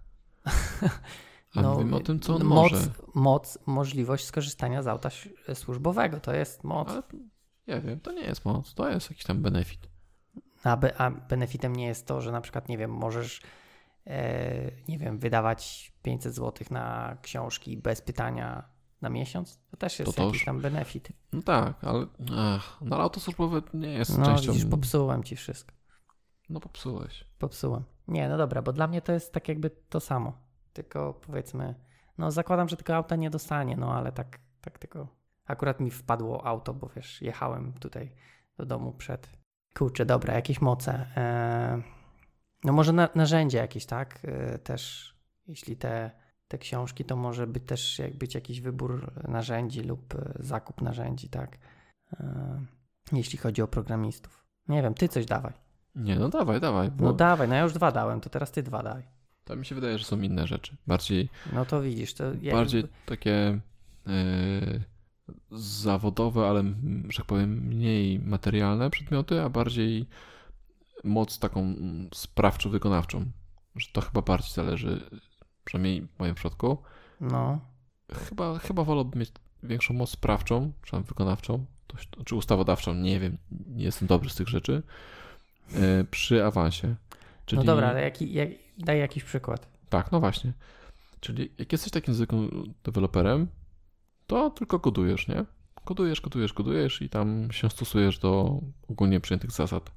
A no, mówimy o tym, co on moc, może. Moc, możliwość skorzystania z auta służbowego, to jest moc. Ale, nie wiem, to nie jest moc, to jest jakiś tam benefit. A, be, a benefitem nie jest to, że na przykład, nie wiem, możesz e, nie wiem, wydawać pięćset złotych na książki bez pytania na miesiąc? To też jest to jakiś już... tam benefit. No tak, ale ach, no, ale auto służbowe nie jest no, częścią... No widzisz, popsułem ci wszystko. No popsułeś. Popsułem. Nie, no dobra, bo dla mnie to jest tak jakby to samo. Tylko powiedzmy, no zakładam, że tego auta nie dostanie, no ale tak, tak tylko akurat mi wpadło auto, bo wiesz, jechałem tutaj do domu przed... Kurczę, dobra, jakieś moce. Eee, no może na, narzędzie jakieś, tak? Eee, też jeśli te, te książki, to może być też być jakiś wybór narzędzi lub zakup narzędzi, tak? Eee, jeśli chodzi o programistów. Nie wiem, ty coś dawaj. Nie, no dawaj, dawaj. Bo... No dawaj, no ja już dwa dałem, to teraz ty dwa daj. To mi się wydaje, że są inne rzeczy. Bardziej... No to widzisz, to... Ja... Bardziej takie... Yy... zawodowe, ale, że tak powiem, mniej materialne przedmioty, a bardziej moc taką sprawczo-wykonawczą. Że to chyba bardziej zależy, przynajmniej w moim przypadku. No. Chyba, chyba wolałbym mieć większą moc sprawczą, czy tam wykonawczą, to, czy ustawodawczą, nie wiem, nie jestem dobry z tych rzeczy, yy, przy awansie. Czyli... No dobra, ale jaki, jak, daj jakiś przykład. Tak, no właśnie. Czyli jak jesteś takim zwykłym deweloperem, to tylko kodujesz, nie? Kodujesz, kodujesz, kodujesz i tam się stosujesz do ogólnie przyjętych zasad.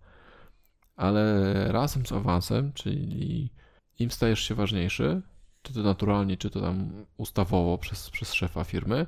Ale razem z awansem, czyli im stajesz się ważniejszy, czy to naturalnie, czy to tam ustawowo przez, przez szefa firmy,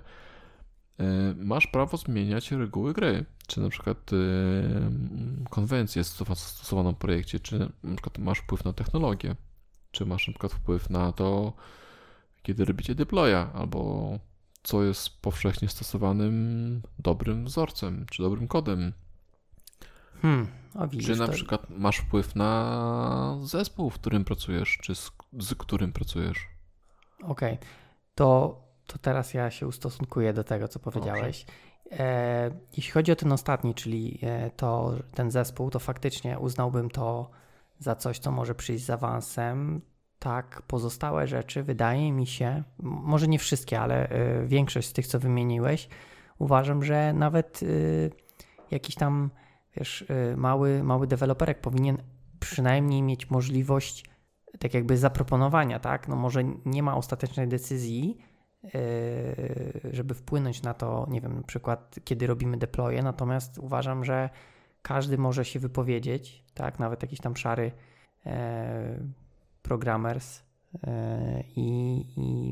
masz prawo zmieniać reguły gry. Czy na przykład konwencję stosowaną w projekcie, czy na przykład masz wpływ na technologię, czy masz na przykład wpływ na to, kiedy robicie deploya, albo co jest powszechnie stosowanym dobrym wzorcem, czy dobrym kodem. Hmm, o widzisz, czy na to... przykład masz wpływ na zespół, w którym pracujesz, czy z, z którym pracujesz. Okej, okay. to, to teraz ja się ustosunkuję do tego, co powiedziałeś. E, jeśli chodzi o ten ostatni, czyli to ten zespół, to faktycznie uznałbym to za coś, co może przyjść z awansem. Tak, pozostałe rzeczy, wydaje mi się, może nie wszystkie, ale y, większość z tych, co wymieniłeś, uważam, że nawet y, jakiś tam, wiesz, y, mały, mały deweloperek powinien przynajmniej mieć możliwość tak jakby zaproponowania, tak? No może nie ma ostatecznej decyzji, y, żeby wpłynąć na to, nie wiem, na przykład kiedy robimy deploye, natomiast uważam, że każdy może się wypowiedzieć, tak? Nawet jakiś tam szary y, programmers i, i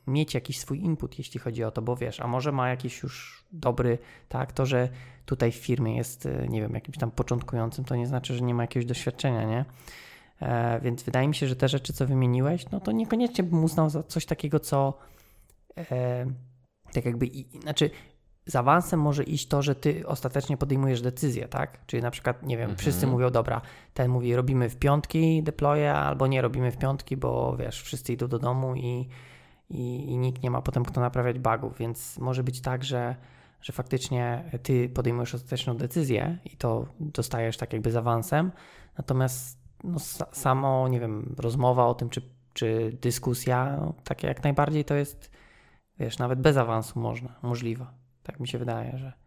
mieć jakiś swój input, jeśli chodzi o to, bo wiesz, a może ma jakiś już dobry, tak, to, że tutaj w firmie jest, nie wiem, jakimś tam początkującym, to nie znaczy, że nie ma jakiegoś doświadczenia, nie? E, więc wydaje mi się, że te rzeczy, co wymieniłeś, no to niekoniecznie bym uznał za coś takiego, co e, tak jakby, i, znaczy z awansem może iść to, że ty ostatecznie podejmujesz decyzję, tak? Czyli na przykład, nie wiem, Mhm. wszyscy mówią, dobra, ten mówi, robimy w piątki deploye, albo nie robimy w piątki, bo wiesz, wszyscy idą do domu i, i, i nikt nie ma potem kto naprawiać bugów, więc może być tak, że, że faktycznie ty podejmujesz ostateczną decyzję i to dostajesz tak jakby z awansem, natomiast no, samo, nie wiem, rozmowa o tym, czy, czy dyskusja, no, takie jak najbardziej to jest, wiesz, nawet bez awansu można, możliwa. Tak mi się wydaje, że...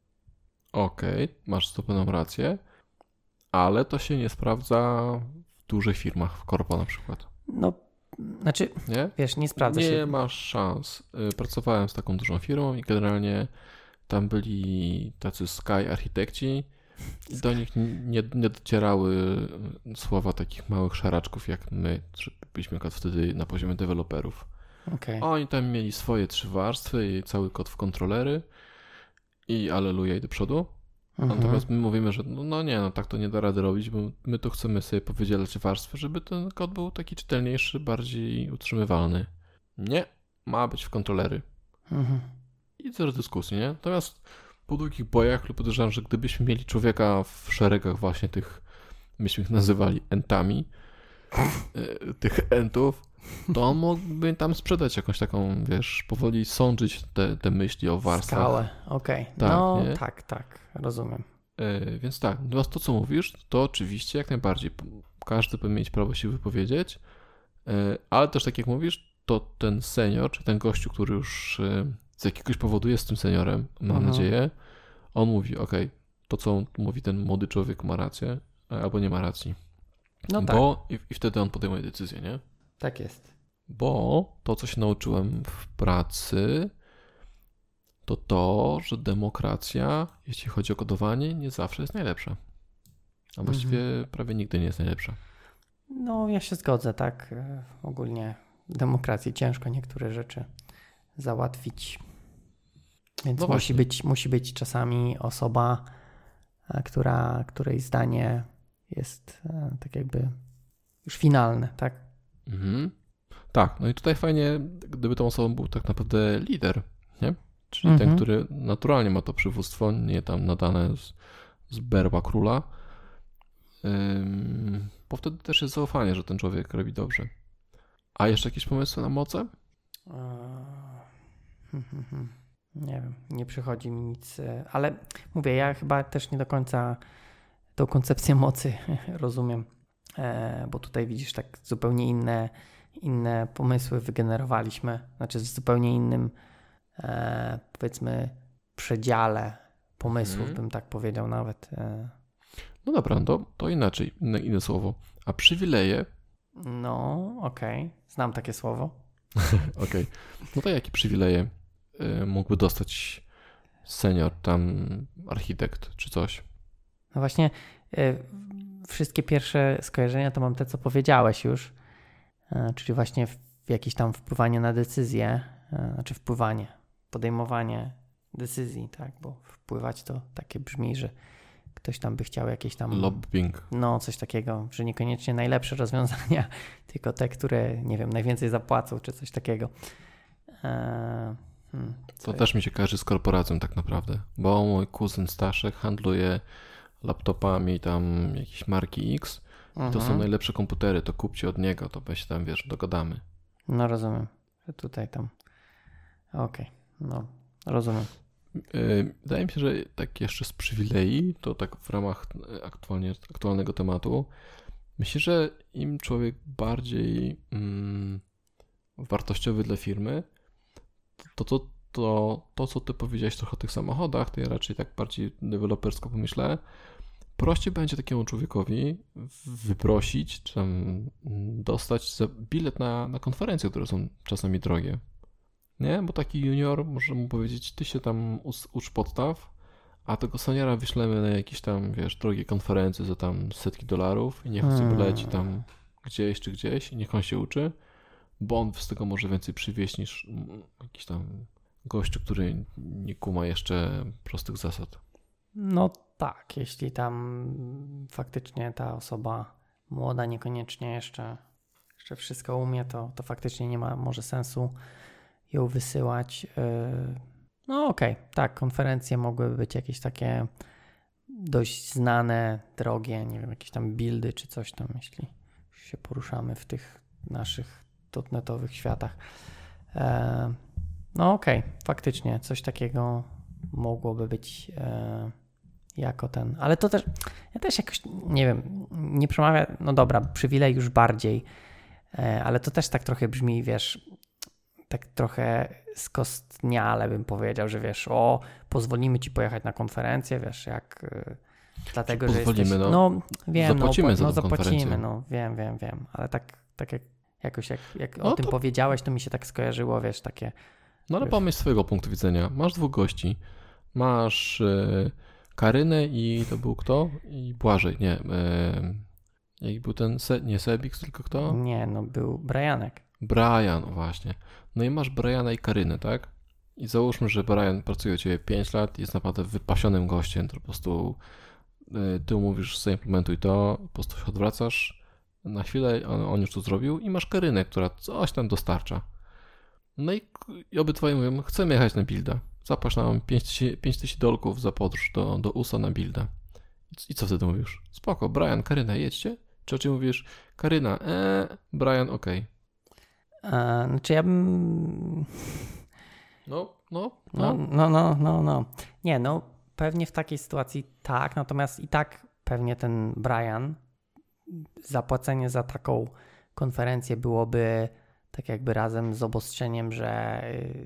Okej, okay, masz zupełną rację, ale to się nie sprawdza w dużych firmach, w korpo na przykład. No, znaczy, nie? Wiesz, nie sprawdza nie się. Nie masz szans. Pracowałem z taką dużą firmą i generalnie tam byli tacy Sky architekci i do nich nie, nie docierały słowa takich małych szaraczków jak my, byliśmy wtedy na poziomie deweloperów. Okay. Oni tam mieli swoje trzy warstwy i cały kod w kontrolery i aleluja i do przodu. Mhm. Natomiast my mówimy, że no, no nie, no tak to nie da rady robić, bo my to chcemy sobie powydzielać warstwy, żeby ten kod był taki czytelniejszy, bardziej utrzymywalny. Nie, ma być w kontrolery. Mhm. I zero dyskusji, nie? Natomiast po długich bojach lub podejrzewam, że gdybyśmy mieli człowieka w szeregach właśnie tych, myśmy ich nazywali entami, tych entów, to on mógłby tam sprzedać jakąś taką, wiesz, powoli sądzić te, te myśli o warstwach. Skałę, okej. Okay. Tak, no nie? tak, tak, rozumiem. Yy, więc tak, natomiast to, co mówisz, to oczywiście jak najbardziej każdy powinien mieć prawo się wypowiedzieć, yy, ale też tak jak mówisz, to ten senior, czy ten gościu, który już yy, z jakiegoś powodu jest tym seniorem, mam mhm. nadzieję, on mówi, okej, okay, to co mówi ten młody człowiek ma rację, albo nie ma racji. No tak. Bo i, i wtedy on podejmuje decyzję, nie? Tak jest. Bo to, co się nauczyłem w pracy, to to, że demokracja, jeśli chodzi o kodowanie, nie zawsze jest najlepsza. A właściwie mhm. prawie nigdy nie jest najlepsza. No, ja się zgodzę, tak. Ogólnie w demokracji ciężko niektóre rzeczy załatwić. Więc no musi być, musi być czasami osoba, która, której zdanie jest tak jakby już finalne, tak? Mhm. Tak, no i tutaj fajnie, gdyby tą osobą był tak naprawdę lider, nie? Czyli mhm. ten, który naturalnie ma to przywództwo, nie tam nadane z, z berła króla, ym, bo wtedy też jest zaufanie, że ten człowiek robi dobrze. A jeszcze jakieś pomysły na moce? Nie wiem, nie przychodzi mi nic, ale mówię, ja chyba też nie do końca tą koncepcję mocy rozumiem, bo tutaj widzisz tak zupełnie inne inne pomysły wygenerowaliśmy, znaczy z zupełnie innym e, powiedzmy przedziale pomysłów, hmm. bym tak powiedział nawet. E. No dobra, to, to inaczej, inne, inne słowo. A przywileje? No, okej, okay. Znam takie słowo. Okej, okay. No to jakie przywileje y, mógłby dostać senior, tam architekt czy coś? No właśnie y, wszystkie pierwsze skojarzenia to mam te, co powiedziałeś już, czyli właśnie w jakieś tam wpływanie na decyzje, znaczy wpływanie, podejmowanie decyzji, tak, bo wpływać to takie brzmi, że ktoś tam by chciał jakieś tam... Lobbying. No, coś takiego, że niekoniecznie najlepsze rozwiązania, tylko te, które, nie wiem, najwięcej zapłacą, czy coś takiego. Eee, hmm, to też mi się kojarzy z korporacją tak naprawdę, bo mój kuzyn Staszek handluje laptopami tam jakiejś marki X. I to są najlepsze komputery, to kupcie od niego, to my się tam, wiesz, dogadamy. No rozumiem, że tutaj tam, okej, okay. No rozumiem. Wydaje mi się, że tak jeszcze z przywilei, to tak w ramach aktualnie, aktualnego tematu, myślę, że im człowiek bardziej mm, wartościowy dla firmy, to, to, to, to co ty powiedziałeś trochę o tych samochodach, to ja raczej tak bardziej dewelopersko pomyślę, prościej będzie takiemu człowiekowi wyprosić, czy tam dostać bilet na, na konferencje, które są czasami drogie. Nie? Bo taki junior może mu powiedzieć, ty się tam ucz podstaw, a tego seniora wyślemy na jakieś tam, wiesz, drogie konferencje za tam setki dolarów i niech on sobie leci tam gdzieś czy gdzieś i niech on się uczy, bo on z tego może więcej przywieźć niż jakiś tam gościu, który nie kuma jeszcze prostych zasad. No tak, jeśli tam faktycznie ta osoba młoda niekoniecznie jeszcze, jeszcze wszystko umie, to, to faktycznie nie ma może sensu ją wysyłać. No okej, okay. Tak, konferencje mogłyby być jakieś takie dość znane, drogie, nie wiem, jakieś tam buildy czy coś tam, jeśli się poruszamy w tych naszych dotnetowych światach. No okej, okay. Faktycznie coś takiego mogłoby być jako ten, ale to też, ja też jakoś, nie wiem, nie przemawia, no dobra, przywilej już bardziej, ale to też tak trochę brzmi, wiesz, tak trochę skostniale bym powiedział, że wiesz, o, pozwolimy ci pojechać na konferencję, wiesz, jak, dlatego, że jesteś, no, no wiem, zapłacimy no, za no tą zapłacimy, no wiem, wiem, wiem, ale tak, tak jak jakoś jak, jak no o tym to... powiedziałeś, to mi się tak skojarzyło, wiesz, takie. No ale pomyśl z swojego punktu widzenia, masz dwóch gości, masz e, Karynę i to był kto? I Błażej, nie, e, jak był ten, Se, nie Sebix, tylko kto? Nie, no był Brianek. Brian, właśnie. No i masz Briana i Karynę, tak? I załóżmy, że Brian pracuje u ciebie pięć lat, jest naprawdę wypasionym gościem, to po prostu y, ty mówisz, zaimplementuj to, po prostu się odwracasz na chwilę, on, on już to zrobił i masz Karynę, która coś tam dostarcza. No i, i obydwaj mówią, chcemy jechać na builda, zapłać nam pięć tysięcy dolków za podróż do, do U S A na builda. I, I co wtedy mówisz? Spoko, Brian, Karyna, jedźcie? Czy oczywiście mówisz, Karyna, eee, Brian, okej. Okay. A, znaczy ja bym... No, no, no. No, no, no, no, no. Nie, no pewnie w takiej sytuacji tak, natomiast i tak pewnie ten Brian, zapłacenie za taką konferencję byłoby tak jakby razem z obostrzeniem, że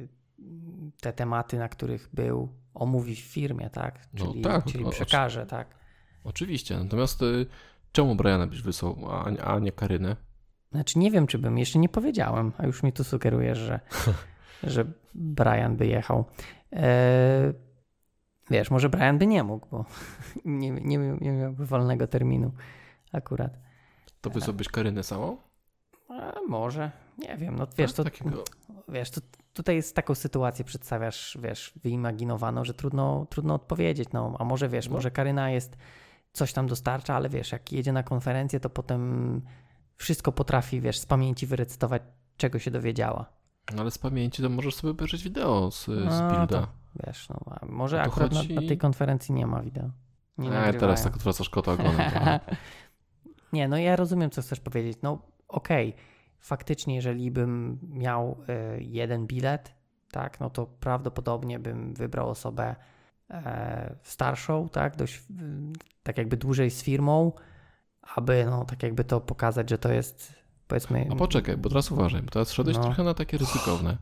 te tematy, na których był, omówi w firmie, tak? Czyli, no, tak, czyli o, przekaże, oczy... tak? Oczywiście, natomiast y, czemu Briana byś wysłał, a, a nie Karynę? Znaczy nie wiem, czy bym, jeszcze nie powiedziałem, a już mi tu sugerujesz, że, że Brian by jechał. Eee, wiesz, może Brian by nie mógł, bo nie, nie, nie miałby wolnego terminu akurat. To wysłałbyś Karynę samą? A, może, nie wiem, no wiesz, to, takiego... wiesz, to tutaj jest taką sytuację przedstawiasz, wiesz, wyimaginowaną, że trudno, trudno odpowiedzieć, no, a może wiesz, no. może Karyna jest, coś tam dostarcza, ale wiesz, jak jedzie na konferencję, to potem wszystko potrafi, wiesz, z pamięci wyrecytować, czego się dowiedziała. No ale z pamięci to możesz sobie obejrzeć wideo z, z no, builda. To, wiesz, no, a może to akurat chodzi... na, na tej konferencji nie ma wideo. Nie e, teraz tak odwracasz kota ogonem. Nie, no ja rozumiem, co chcesz powiedzieć. No okej, okay. Faktycznie, jeżeli bym miał y, jeden bilet, tak, no to prawdopodobnie bym wybrał osobę e, starszą, tak, dość, y, tak jakby dłużej z firmą, aby no tak jakby to pokazać, że to jest, powiedzmy... A poczekaj, bo teraz uważaj, bo teraz szedłeś no. trochę na takie ryzykowne.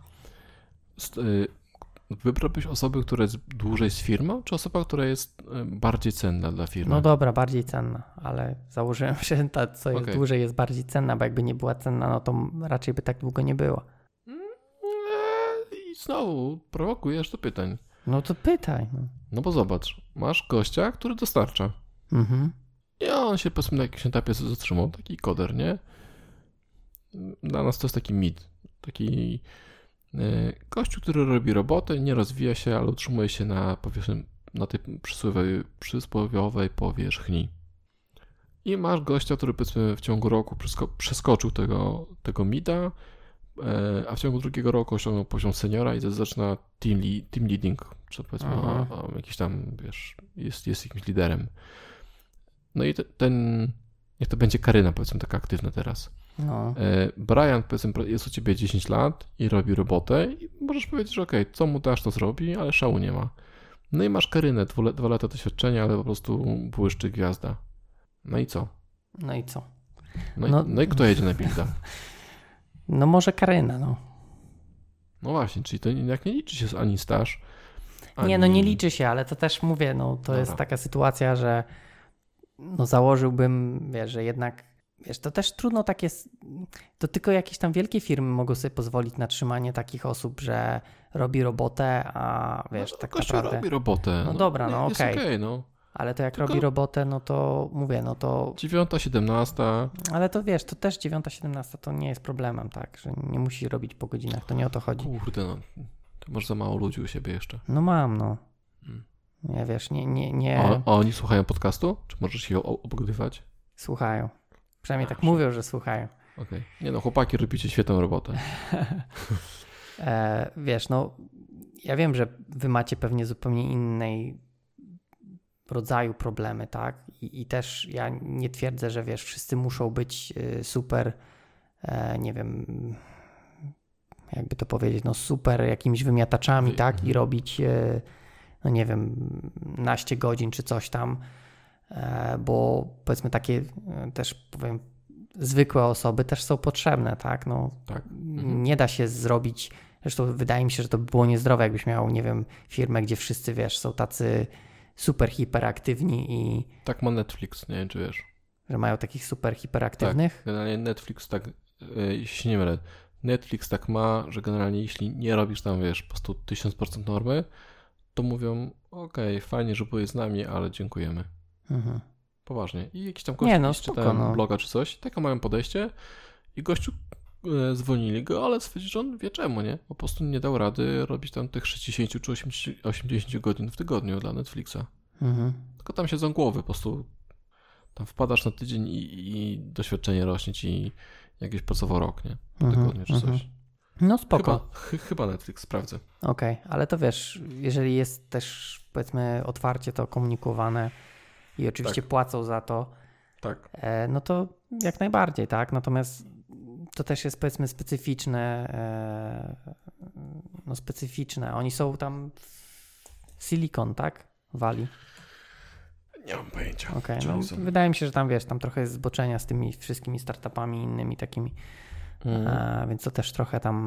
Wybrałbyś osobę, która jest dłużej z firmą, czy osoba, która jest bardziej cenna dla firmy? No dobra, bardziej cenna, ale założyłem, że ta, co jest okay. dłużej, jest bardziej cenna, bo jakby nie była cenna, no to raczej by tak długo nie była. I znowu prowokujesz do pytań. No to pytaj. No, no bo zobacz, masz gościa, który dostarcza. Mhm. I on się powiedzmy na jakimś etapie zatrzymał, taki koder, nie? Dla nas to jest taki mit, taki gościu, który robi robotę, nie rozwija się, ale utrzymuje się na, powiedzmy, na tej przysłowiowej, przysłowiowej powierzchni. I masz gościa, który powiedzmy w ciągu roku przesko- przeskoczył tego, tego mida, a w ciągu drugiego roku osiągnął poziom seniora i zaczyna team, lead, team leading, czy powiedzmy a, a jakiś tam, wiesz, jest, jest jakimś liderem. No i te, ten, niech to będzie Karyna, powiedzmy, taka aktywna teraz. No. Brian, powiedzmy, jest u ciebie dziesięć lat i robi robotę i możesz powiedzieć, że okej, okay, co mu dasz, to zrobi, ale szału nie ma. No i masz Karynę, dwu, dwa lata doświadczenia, ale po prostu błyszczy gwiazda. No i co? No i co? No, no, i, no i kto jedzie na builda? No może Karyna, no. No właśnie, czyli to jak nie liczy się ani staż, ani... Nie, no nie liczy się, ale to też mówię, no to Dobra. jest taka sytuacja, że no założyłbym, wiesz, że jednak, wiesz, to też trudno takie, to tylko jakieś tam wielkie firmy mogą sobie pozwolić na trzymanie takich osób, że robi robotę, a wiesz, no, tak gościu naprawdę... robi robotę. No, no dobra, no okej. Okay. Okay, no. Ale to jak Tylko... robi robotę, no to mówię, no to... dziewiąta, siedemnasta. Ale to wiesz, to też dziewiąta, siedemnasta to nie jest problemem, tak? Że nie musi robić po godzinach, to nie o to chodzi. Kurde, no. To masz za mało ludzi u siebie jeszcze. No mam, no. Hmm. Nie wiesz, nie... nie, nie... A, a oni słuchają podcastu? Czy możesz się obgadywać? Słuchają. Przynajmniej A, tak mówią, że słuchają. Okej. Okay. Nie no, chłopaki robicie świetną robotę. e, wiesz, no ja wiem, że wy macie pewnie zupełnie innej rodzaju problemy, tak? I, i też ja nie twierdzę, że wiesz, wszyscy muszą być y, super, e, nie wiem, jakby to powiedzieć, no super jakimiś wymiataczami, Wy, tak? mhm. I robić, y, no nie wiem, naście godzin czy coś tam, e, bo powiedzmy takie y, też powiem, zwykłe osoby też są potrzebne, tak? No, tak. Mhm. Nie da się zrobić, zresztą wydaje mi się, że to by było niezdrowe, jakbyś miał, nie wiem, firmę, gdzie wszyscy, wiesz, są tacy super hiperaktywni i... Tak ma Netflix, nie wiem, czy wiesz. Że mają takich super hiperaktywnych? Tak, generalnie Netflix tak, jeśli się nie mylę, Netflix tak ma, że generalnie jeśli nie robisz tam, wiesz, po prostu tysiąc procent normy, to mówią, okej, okay, fajnie, że byłeś z nami, ale dziękujemy. Mhm. Poważnie. I jakiś tam gościu, no, czytałem no. bloga czy coś, takie mają podejście i gościu e, zwolnili go, ale stwierdził, że on wie czemu, nie? Po prostu nie dał rady robić tam tych sześćdziesiąt czy osiemdziesiąt godzin w tygodniu dla Netflixa. Mhm. Tylko tam siedzą głowy, po prostu tam wpadasz na tydzień i, i doświadczenie rośnie ci jakieś pracował rok, nie? Po mhm, tygodniu czy mhm. coś. No spoko. Chyba, ch- chyba Netflix, sprawdzę. Okej, okay, ale to wiesz, jeżeli jest też powiedzmy otwarcie to komunikowane i oczywiście tak. płacą za to, tak. e, no to jak najbardziej, tak? Natomiast to też jest powiedzmy specyficzne, e, no specyficzne. Oni są tam w Silicon, tak? Wali. Nie mam pojęcia. Okay, no, wydaje mi się, że tam wiesz, tam trochę jest zboczenia z tymi wszystkimi startupami innymi takimi, mm. e, więc to też trochę tam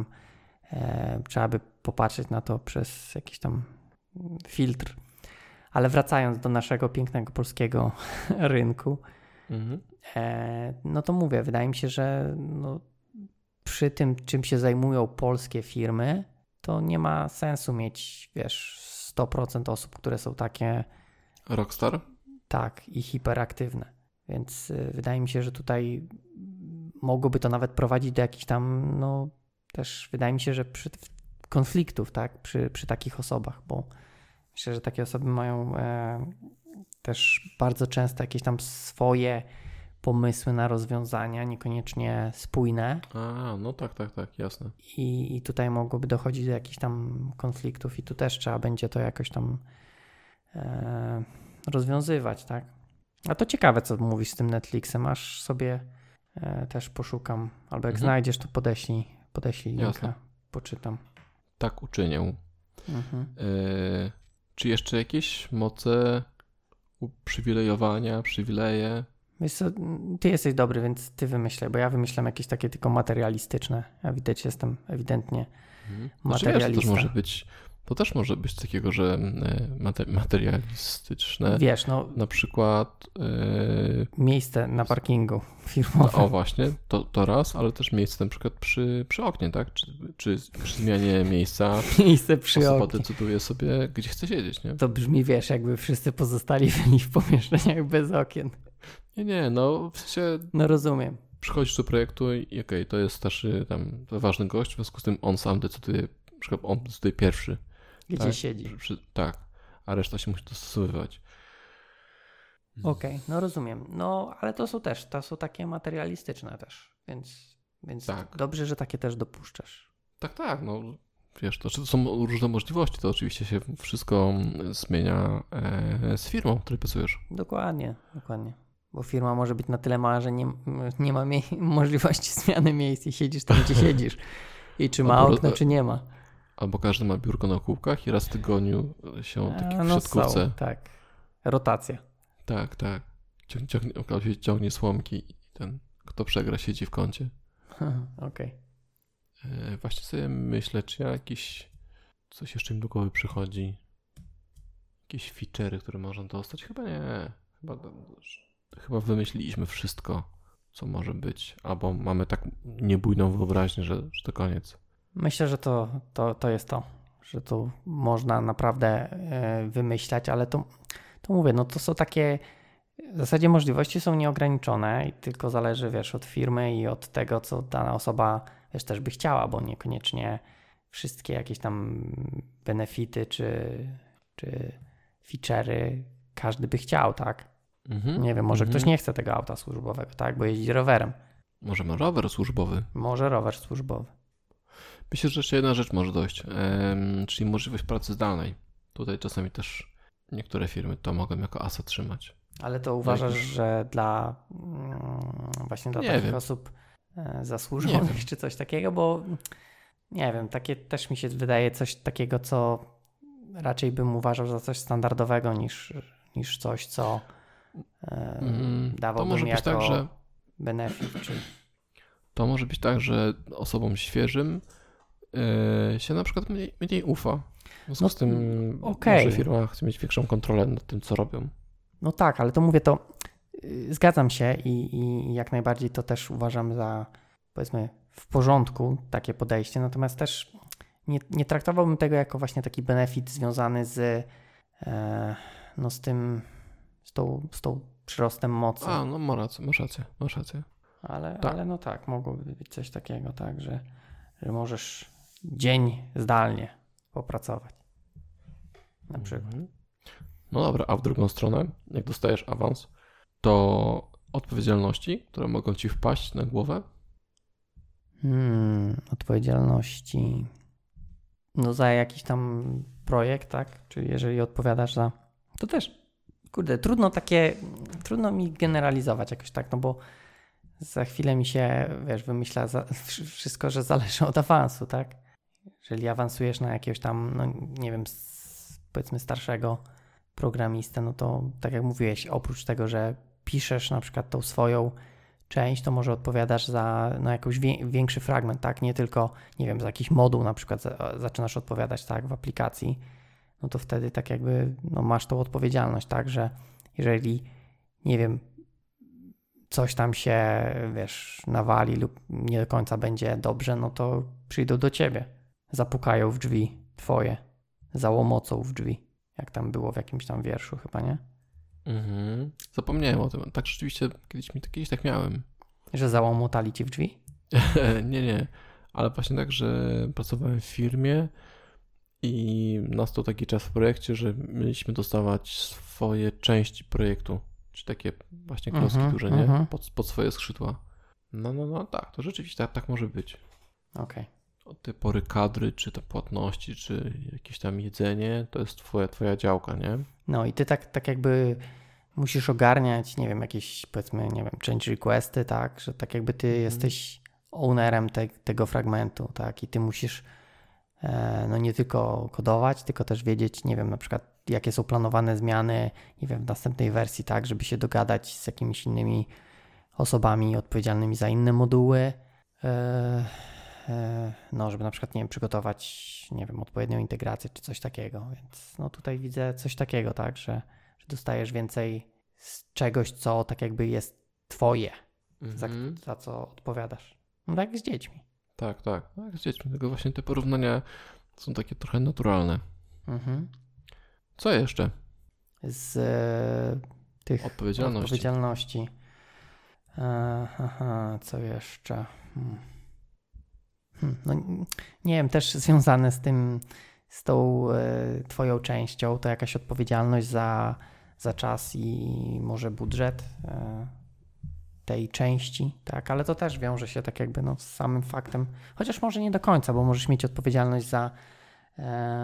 e, trzeba by popatrzeć na to przez jakiś tam filtr. Ale wracając do naszego pięknego polskiego rynku, mm-hmm. e, no to mówię, wydaje mi się, że no, przy tym, czym się zajmują polskie firmy, to nie ma sensu mieć, wiesz, sto procent osób, które są takie... Rockstar? Tak, i hiperaktywne. Więc y, wydaje mi się, że tutaj mogłoby to nawet prowadzić do jakichś tam, no też wydaje mi się, że przy, konfliktów, tak, przy, przy takich osobach, bo myślę, że takie osoby mają e, też bardzo często jakieś tam swoje pomysły na rozwiązania, niekoniecznie spójne. A, no tak, tak, tak, jasne. I, i tutaj mogłoby dochodzić do jakichś tam konfliktów i tu też trzeba będzie to jakoś tam e, rozwiązywać, tak? A to ciekawe, co mówisz z tym Netflixem, aż sobie e, też poszukam, albo jak mhm. znajdziesz, to podeślij, podeślij linka, jasne. Poczytam. Tak uczynię. Mhm. E, czy jeszcze jakieś moce uprzywilejowania, przywileje? Wiesz co, ty jesteś dobry, więc ty wymyślaj, bo ja wymyślam jakieś takie tylko materialistyczne. Ja widać, jestem ewidentnie mhm. materialista. Znaczy, wiesz, to też może być, to też może być takiego, że materialistyczne. Wiesz, no. Na przykład. Yy, miejsce na parkingu firmowym. No, o właśnie, to, to raz, ale też miejsce na przykład przy, przy oknie, tak? Czy, czy przy zmianie miejsca. Miejsce przy osoba oknie. Osoba decyduje sobie, gdzie chce siedzieć, nie? To brzmi, wiesz, jakby wszyscy pozostali byli w pomieszczeniach bez okien. Nie, nie, no w sensie... No rozumiem. Przychodzisz do projektu i okej, okay, to jest starszy, tam ważny gość, w związku z tym on sam decyduje, na przykład on decyduje pierwszy. Gdzie tak? siedzi. Przy, tak, a reszta się musi dostosowywać. Okej, okay, no rozumiem. No, ale to są też, to są takie materialistyczne też, więc, więc tak. Dobrze, że takie też dopuszczasz. Tak, tak, no wiesz, to, to są różne możliwości, to oczywiście się wszystko zmienia e, z firmą, w której pracujesz. Dokładnie, dokładnie. Bo firma może być na tyle mała, że nie, nie ma mie- możliwości zmiany miejsc i siedzisz tam, gdzie siedzisz. I czy ma albo, okno, czy nie ma. Albo każdy ma biurko na kółkach i raz w tygodniu się taki w no siatkówce. Są, tak. Rotacja. Tak, tak. Ciągnie, ciągnie, ciągnie słomki i ten, kto przegra, siedzi w kącie. Okej. Okay. Właśnie sobie myślę, czy ja jakiś coś jeszcze mi do głowy przychodzi. Jakieś feature'y, które można dostać? Chyba nie. Chyba, chyba wymyśliliśmy wszystko, co może być. Albo mamy tak niebujną wyobraźnię, że, że to koniec. Myślę, że to, to, to jest to, że tu można naprawdę wymyślać, ale to, to mówię, no to są takie, w zasadzie możliwości są nieograniczone i tylko zależy, wiesz, od firmy i od tego, co dana osoba, wiesz, też by chciała, bo niekoniecznie wszystkie jakieś tam benefity czy, czy feature'y każdy by chciał, tak? Mhm, nie wiem, może mhm. ktoś nie chce tego auta służbowego, tak? Bo jeździ rowerem. Może ma rower służbowy. Może rower służbowy. Myślę, że jeszcze jedna rzecz może dojść, ehm, czyli możliwość pracy zdalnej. Tutaj czasami też niektóre firmy to mogą jako asa trzymać. Ale to uważasz, Jakiś... że dla mm, właśnie dla nie takich wiem. osób e, zasłużonych czy coś takiego, bo nie wiem, takie też mi się wydaje coś takiego, co raczej bym uważał za coś standardowego niż, niż coś, co e, mm, dawałbym to może jako być tak, że... benefit. Czy... To może być tak, że osobom świeżym yy, się na przykład mniej, mniej ufa. W związku no, z tym okay. może firma chce mieć większą kontrolę nad tym, co robią. No tak, ale to mówię, to yy, zgadzam się i, i jak najbardziej to też uważam za, powiedzmy, w porządku takie podejście, natomiast też nie, nie traktowałbym tego jako właśnie taki benefit związany z, e, no z tym, z tą, z tą przyrostem mocy. A, no masz rację, masz rację, masz rację. Ale, tak. ale no tak, mogłoby być coś takiego, tak, że, że możesz dzień zdalnie popracować. Na przykład. Mhm. No dobra, a w drugą stronę, jak dostajesz awans, to odpowiedzialności, które mogą ci wpaść na głowę? Hmm, odpowiedzialności. No za jakiś tam projekt, tak? Czyli jeżeli odpowiadasz za... To też, kurde, trudno takie, trudno mi generalizować jakoś tak, no bo za chwilę mi się, wiesz, wymyśla za, wszystko, że zależy od awansu, tak? Jeżeli awansujesz na jakiegoś tam, no nie wiem, powiedzmy starszego programistę, no to tak jak mówiłeś, oprócz tego, że piszesz na przykład tą swoją część, to może odpowiadasz za no, jakiś większy fragment, tak? Nie tylko, nie wiem, za jakiś moduł na przykład za, zaczynasz odpowiadać, tak, w aplikacji, no to wtedy tak jakby no, masz tą odpowiedzialność, tak, że jeżeli, nie wiem, coś tam się, wiesz, nawali lub nie do końca będzie dobrze, no to przyjdą do ciebie, zapukają w drzwi twoje, załomocą w drzwi, jak tam było w jakimś tam wierszu chyba, nie? Mhm. Zapomniałem o tym. Tak rzeczywiście kiedyś, mi, kiedyś tak miałem. Że załomotali ci w drzwi? nie, nie. Ale właśnie tak, że pracowałem w firmie i nastał taki czas w projekcie, że mieliśmy dostawać swoje części projektu. Czy takie właśnie klocki uh-huh, duże, nie? Uh-huh. Pod, pod swoje skrzydła. No, no, no, tak. To rzeczywiście tak, tak może być. Okej. Okay. Od tej pory kadry, czy to płatności, czy jakieś tam jedzenie, to jest twoja, twoja działka, nie? No i ty tak, tak jakby musisz ogarniać, nie wiem, jakieś powiedzmy, nie wiem, change requesty, tak, że tak jakby ty hmm. jesteś ownerem te, tego fragmentu, tak, i ty musisz e, no nie tylko kodować, tylko też wiedzieć, nie wiem, na przykład jakie są planowane zmiany, nie wiem, w następnej wersji, tak, żeby się dogadać z jakimiś innymi osobami odpowiedzialnymi za inne moduły, e, no, żeby na przykład, nie wiem, przygotować, nie wiem, odpowiednią integrację czy coś takiego, więc no tutaj widzę coś takiego, tak, że, że dostajesz więcej z czegoś, co tak jakby jest twoje, mm-hmm. za, za co odpowiadasz. No tak jak z dziećmi. Tak, tak, tak z dziećmi, tylko właśnie te porównania są takie trochę naturalne. Mm-hmm. Co jeszcze? Z e, tych odpowiedzialności. odpowiedzialności. E, aha, co jeszcze? Hmm. Hmm, no, nie wiem, też związane z tym, z tą y, twoją częścią, to jakaś odpowiedzialność za, za czas i może budżet y, tej części, tak, ale to też wiąże się tak jakby no, z samym faktem, chociaż może nie do końca, bo możesz mieć odpowiedzialność za y,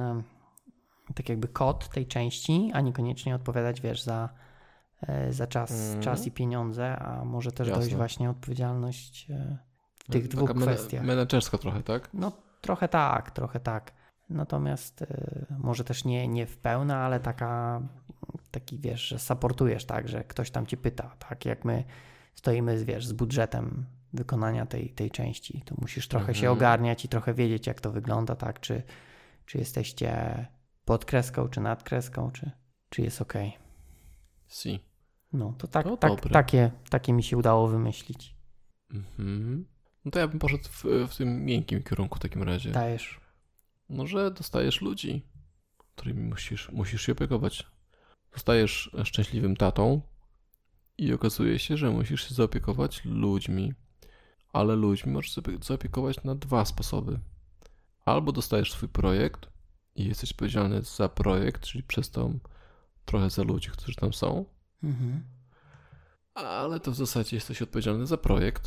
tak jakby kod tej części, a niekoniecznie odpowiadać, wiesz, za, y, za czas, mm. czas i pieniądze, a może też Jasne. dojść właśnie odpowiedzialność y, w tych dwóch Taka kwestiach. Menedżerska trochę, tak? No trochę tak, trochę tak. Natomiast y, może też nie, nie w pełna, ale taka, taki wiesz, że supportujesz, tak, że ktoś tam ci pyta, tak, jak my stoimy, wiesz, z budżetem wykonania tej, tej części, to musisz trochę mhm. się ogarniać i trochę wiedzieć, jak to wygląda, tak, czy, czy jesteście pod kreską, czy nad kreską, czy, czy jest ok. Si. No to tak, to tak takie, takie mi się udało wymyślić. Mhm. No to ja bym poszedł w, w tym miękkim kierunku w takim razie. Dajesz. No, że dostajesz ludzi, którymi musisz, musisz się opiekować. zostajesz szczęśliwym tatą i okazuje się, że musisz się zaopiekować ludźmi. Ale ludźmi możesz sobie zaopiekować na dwa sposoby. Albo dostajesz swój projekt i jesteś odpowiedzialny za projekt, czyli przez to trochę za ludzi, którzy tam są. Mhm. Ale to w zasadzie jesteś odpowiedzialny za projekt.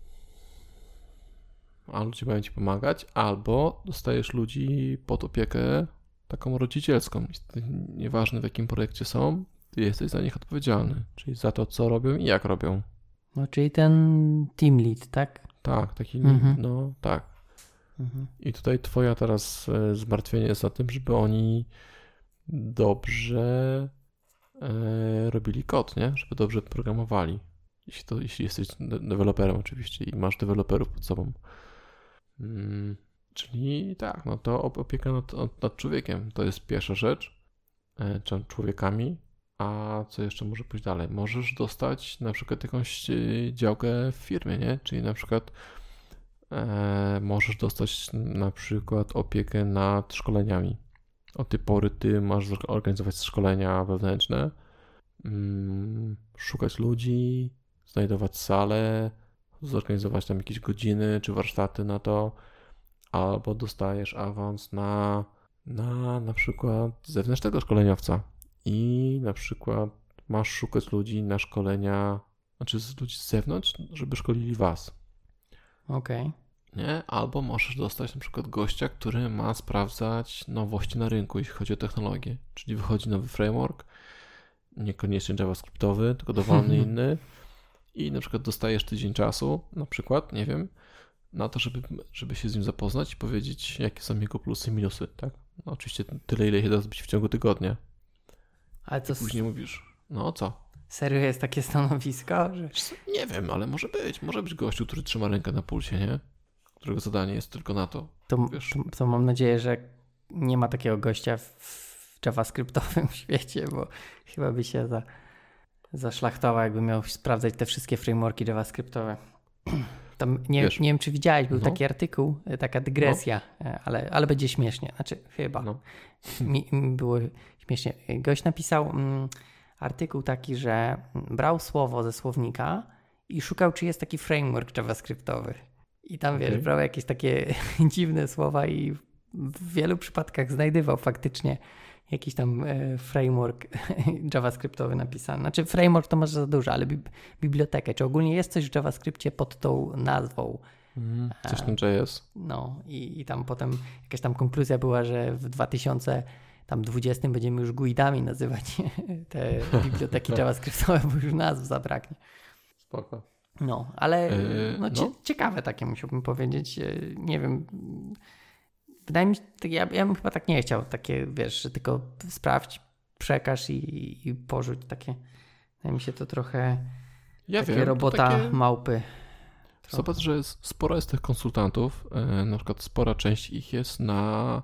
A ludzie mają ci pomagać. Albo dostajesz ludzi pod opiekę taką rodzicielską. Nieważne w jakim projekcie są, ty jesteś za nich odpowiedzialny. Czyli za to, co robią i jak robią. No, czyli ten team lead, tak? Tak, taki, mhm. no tak. Mhm. I tutaj twoja teraz zmartwienie jest na tym, żeby oni dobrze e, robili kod, nie? Żeby dobrze programowali. Jeśli, to, jeśli jesteś deweloperem oczywiście i masz deweloperów pod sobą. Hmm, czyli tak, no to opieka nad, nad człowiekiem to jest pierwsza rzecz, e, czy człowiekami. A co jeszcze może pójść dalej? Możesz dostać na przykład jakąś działkę w firmie, nie? Czyli na przykład e, możesz dostać na przykład opiekę nad szkoleniami. Od tej pory ty masz organizować szkolenia wewnętrzne, mm, szukać ludzi, znajdować salę, zorganizować tam jakieś godziny czy warsztaty na to, albo dostajesz awans na na, na przykład zewnętrznego szkoleniowca. I na przykład masz szukać ludzi na szkolenia, znaczy z ludzi z zewnątrz, żeby szkolili was. Okej. Okay. Nie? Albo możesz dostać na przykład gościa, który ma sprawdzać nowości na rynku, jeśli chodzi o technologię. Czyli wychodzi nowy framework, niekoniecznie javascriptowy, tylko dowolny inny i na przykład dostajesz tydzień czasu, na przykład, nie wiem, na to, żeby, żeby się z nim zapoznać i powiedzieć, jakie są jego plusy i minusy, tak? No, oczywiście tyle, ile się da zrobić w ciągu tygodnia. Ale co? I później mówisz, no co? Serio jest takie stanowisko? Że... Nie wiem, ale może być. Może być gościu, który trzyma rękę na pulsie, nie? Którego zadanie jest tylko na to. To, to, to mam nadzieję, że nie ma takiego gościa w, w javascriptowym świecie, bo chyba by się za, zaszlachtował, jakby miał sprawdzać te wszystkie frameworki javascriptowe. Tam nie, nie wiem, czy widziałeś, był no. taki artykuł, taka dygresja, no. ale, ale będzie śmiesznie. Znaczy, chyba. No. Mi, mi było śmiesznie. Gość napisał mm, artykuł taki, że brał słowo ze słownika i szukał, czy jest taki framework javascriptowy. I tam, okay. wiesz, brał jakieś takie dziwne słowa i w wielu przypadkach znajdywał faktycznie jakiś tam e, framework javascriptowy napisany. Znaczy framework to może za dużo, ale bi- bibliotekę. Czy ogólnie jest coś w JavaScriptie pod tą nazwą? Mm, coś tam J S. No i, i tam potem jakaś tam konkluzja była, że w dwa tysiące dwudziestym będziemy już guidami nazywać te biblioteki javascriptowe, bo już nazw zabraknie. Spoko. No, ale yy, no, cie, no. ciekawe takie musiałbym powiedzieć. Nie wiem... Wydaje mi się, ja, ja bym chyba tak nie chciał, takie, wiesz, że tylko sprawdź, przekaż i, i porzuć takie. Wydaje mi się to trochę ja takie wiem, robota takie... małpy. Trochę. Zobacz, że jest, sporo jest tych konsultantów, e, na przykład spora część ich jest na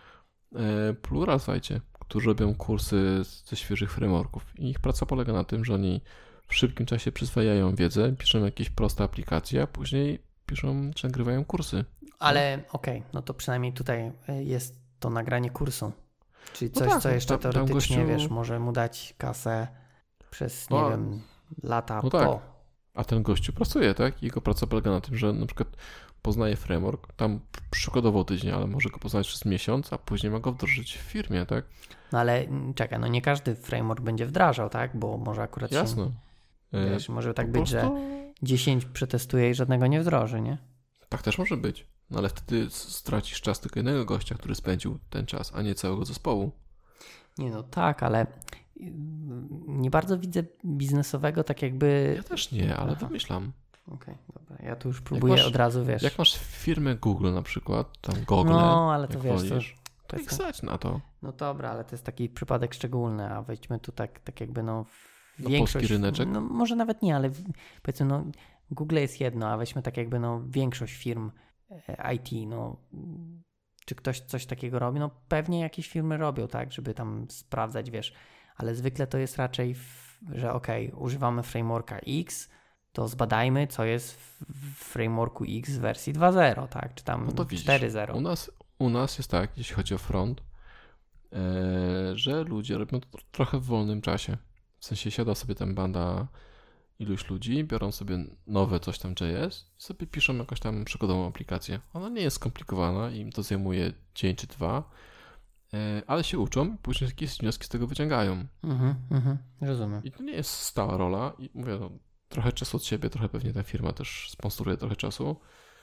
e, Pluralsightie, którzy robią kursy ze świeżych frameworków i ich praca polega na tym, że oni w szybkim czasie przyswajają wiedzę, piszą jakieś proste aplikacje, a później piszą czy nagrywają kursy. Ale okej, okay, no to przynajmniej tutaj jest to nagranie kursu. Czyli coś, no tak, co jeszcze tam, teoretycznie, tam gościu... wiesz, może mu dać kasę przez, nie no, wiem, lata no po. Tak. A ten gościu pracuje, tak? Jego praca polega na tym, że na przykład poznaje framework, tam przykładowo tydzień, ale może go poznać przez miesiąc, a później ma go wdrożyć w firmie, tak? No ale czekaj, no nie każdy framework będzie wdrażał, tak? Bo może akurat Jasne. się... Wiesz, może tak po być, prostu... że dziesięć przetestuje i żadnego nie wdroży, nie? Tak też może być. No ale wtedy stracisz czas tylko jednego gościa, który spędził ten czas, a nie całego zespołu. Nie no tak, ale nie bardzo widzę biznesowego tak jakby... Ja też nie, ale Aha. wymyślam. Okej, okay, dobra. Ja tu już próbuję masz, od razu, wiesz... Jak masz firmę Google na przykład, tam Google, no, ale to wiesz, wolisz, to, to ich stać na to. No dobra, ale to jest taki przypadek szczególny, a wejdźmy tu tak, tak jakby no... No większość, polski ryneczek? No może nawet nie, ale powiedzmy no Google jest jedno, a weźmy tak jakby no większość firm I T, no czy ktoś coś takiego robi? No pewnie jakieś firmy robią, tak, żeby tam sprawdzać, wiesz, ale zwykle to jest raczej, w, że okej, okay, używamy frameworka X, to zbadajmy, co jest w frameworku X w wersji dwa zero, tak, czy tam no to widzisz, cztery zero. U nas, u nas jest tak, jeśli chodzi o front, że ludzie robią to trochę w wolnym czasie. W sensie siada sobie tam banda iluś ludzi, biorą sobie nowe coś tam J S i sobie piszą jakąś tam przykładową aplikację. Ona nie jest skomplikowana i im to zajmuje dzień czy dwa, ale się uczą i później jakieś wnioski z tego wyciągają. Mhm, mhm, rozumiem. I to nie jest stała rola i mówię, no, trochę czasu od siebie, trochę pewnie ta firma też sponsoruje trochę czasu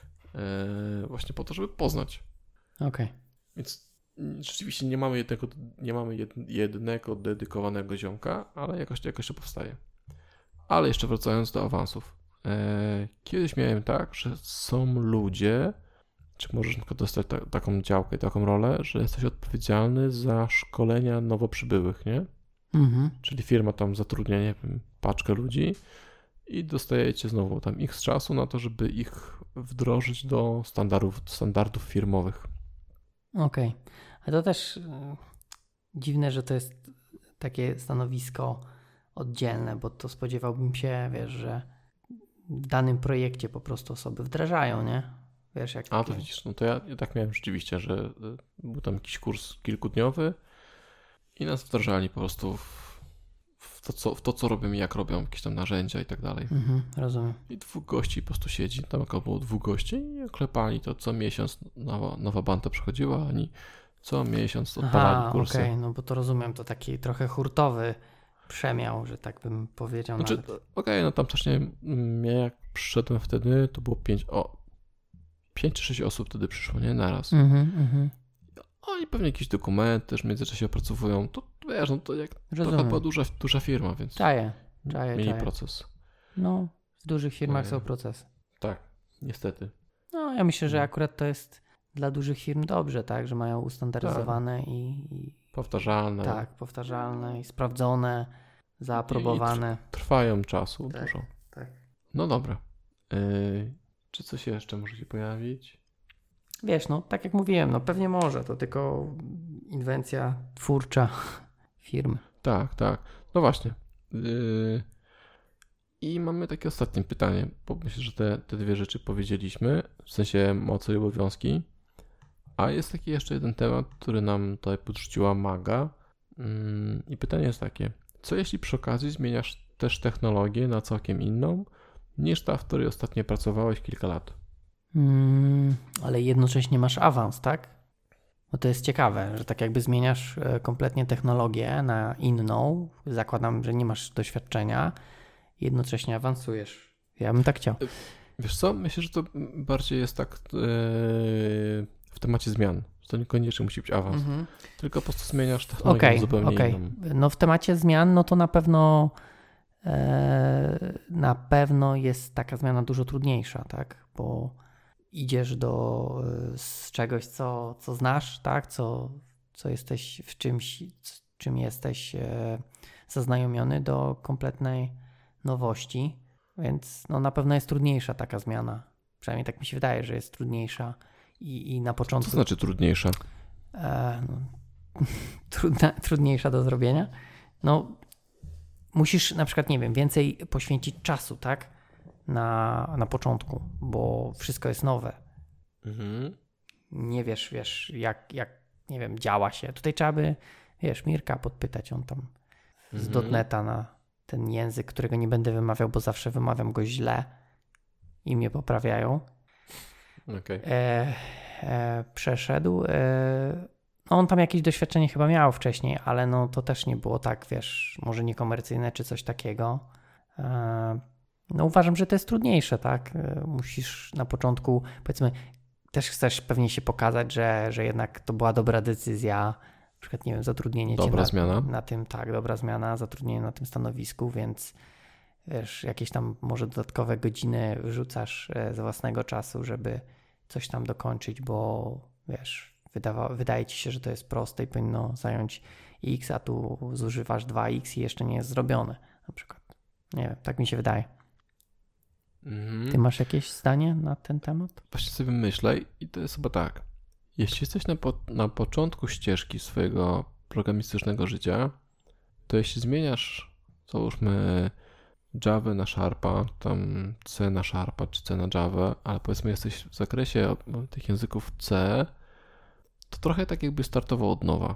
właśnie po to, żeby poznać. Okej. Okay. Więc rzeczywiście nie mamy jednego, nie mamy jednego dedykowanego ziomka, ale jakoś, jakoś to powstaje. Ale jeszcze wracając do awansów. Kiedyś miałem tak, że są ludzie, czy możesz na przykład dostać ta, taką działkę i taką rolę, że jesteś odpowiedzialny za szkolenia nowo przybyłych, nie? Mhm. Czyli firma tam zatrudnia, nie wiem, paczkę ludzi i dostajecie znowu tam x czasu na to, żeby ich wdrożyć do standardów, standardów firmowych. Okej. Okay. A to też dziwne, że to jest takie stanowisko oddzielne, bo to spodziewałbym się, wiesz, że w danym projekcie po prostu osoby wdrażają, nie? Wiesz, jak A, to widzisz, no to ja, ja tak miałem rzeczywiście, że był tam jakiś kurs kilkudniowy i nas wdrażali po prostu w, w, to, co, w to, co robią i jak robią, jakieś tam narzędzia i tak dalej. Mhm, rozumiem. I dwóch gości po prostu siedzi, tam około było dwóch gości i oklepali to co miesiąc, nowa, nowa banda przychodziła, oni co miesiąc odpalali Aha, kursy. Okej, okay, no bo to rozumiem, to taki trochę hurtowy przemiał, że tak bym powiedział. Znaczy, okej, okay, no tam też nie wiem, ja jak przyszedłem wtedy, to było pięć, o, pięć czy sześć osób wtedy przyszło, nie? Naraz. Mhm, mhm. Oni pewnie jakiś dokument też w międzyczasie opracowują. To wiesz, no to jak Rozumiem. to była duża, duża firma, więc czaję, czaję, mieli czaję. proces. No, w dużych firmach Nie. są procesy. Tak, niestety. No, ja myślę, że akurat to jest dla dużych firm dobrze, tak, że mają ustandaryzowane tak. i, i powtarzalne. Tak, powtarzalne i sprawdzone, zaaprobowane. I trwają czasu tak, dużo. Tak. No dobra. Yy, czy coś jeszcze może się pojawić? Wiesz, no tak jak mówiłem, no pewnie może, to tylko inwencja twórcza firmy. Tak, tak. No właśnie. Yy, I mamy takie ostatnie pytanie, bo myślę, że te, te dwie rzeczy powiedzieliśmy, w sensie moce i obowiązki. A jest taki jeszcze jeden temat, który nam tutaj podrzuciła Maga. Yy, I pytanie jest takie, co jeśli przy okazji zmieniasz też technologię na całkiem inną, niż ta, w której ostatnio pracowałeś kilka lat? Hmm, ale jednocześnie masz awans, tak? Bo to jest ciekawe, że tak jakby zmieniasz kompletnie technologię na inną, zakładam, że nie masz doświadczenia, jednocześnie awansujesz. Ja bym tak chciał. Wiesz co, myślę, że to bardziej jest tak yy, w temacie zmian. To niekoniecznie musi być awans, mhm. tylko po prostu zmieniasz technologię okay, zupełnie okay. inną. No w temacie zmian, no to na pewno e, na pewno jest taka zmiana dużo trudniejsza, tak? Bo idziesz do z czegoś, co, co znasz, tak? Co, co jesteś w czymś, czym jesteś e, zaznajomiony, do kompletnej nowości, więc no na pewno jest trudniejsza taka zmiana. Przynajmniej tak mi się wydaje, że jest trudniejsza i, i na początku... Co znaczy trudniejsza? E, no, trudna, trudniejsza do zrobienia. No musisz na przykład, nie wiem, więcej poświęcić czasu, tak? Na, na początku, bo wszystko jest nowe. Mhm. Nie wiesz, wiesz, jak, jak, nie wiem, działa się. Tutaj trzeba by, wiesz, Mirka podpytać, on tam z Mhm. dotneta na ten język, którego nie będę wymawiał, bo zawsze wymawiam go źle i mnie poprawiają. Okay. E, e, przeszedł. E, on tam jakieś doświadczenie chyba miał wcześniej, ale no to też nie było tak, wiesz, może niekomercyjne czy coś takiego. E, no uważam, że to jest trudniejsze, tak? E, musisz na początku, powiedzmy, też chcesz pewnie się pokazać, że, że jednak to była dobra decyzja, na przykład, nie wiem, zatrudnienie dobra cię na, zmiana. na tym, tak, dobra zmiana, zatrudnienie na tym stanowisku, więc wiesz, jakieś tam może dodatkowe godziny wrzucasz z własnego czasu, żeby coś tam dokończyć, bo wiesz, wydawa- wydaje ci się, że to jest proste i powinno zająć X, a tu zużywasz dwa X i jeszcze nie jest zrobione, na przykład. Nie wiem, tak mi się wydaje. Mhm. Ty masz jakieś zdanie na ten temat? Właśnie sobie myślę i to jest chyba tak. Jeśli jesteś na, po, na początku ścieżki swojego programistycznego życia, to jeśli zmieniasz, załóżmy Java na Sharpa, tam C na Sharpa czy C na Java, ale powiedzmy jesteś w zakresie tych języków C, to trochę tak jakby startował od nowa.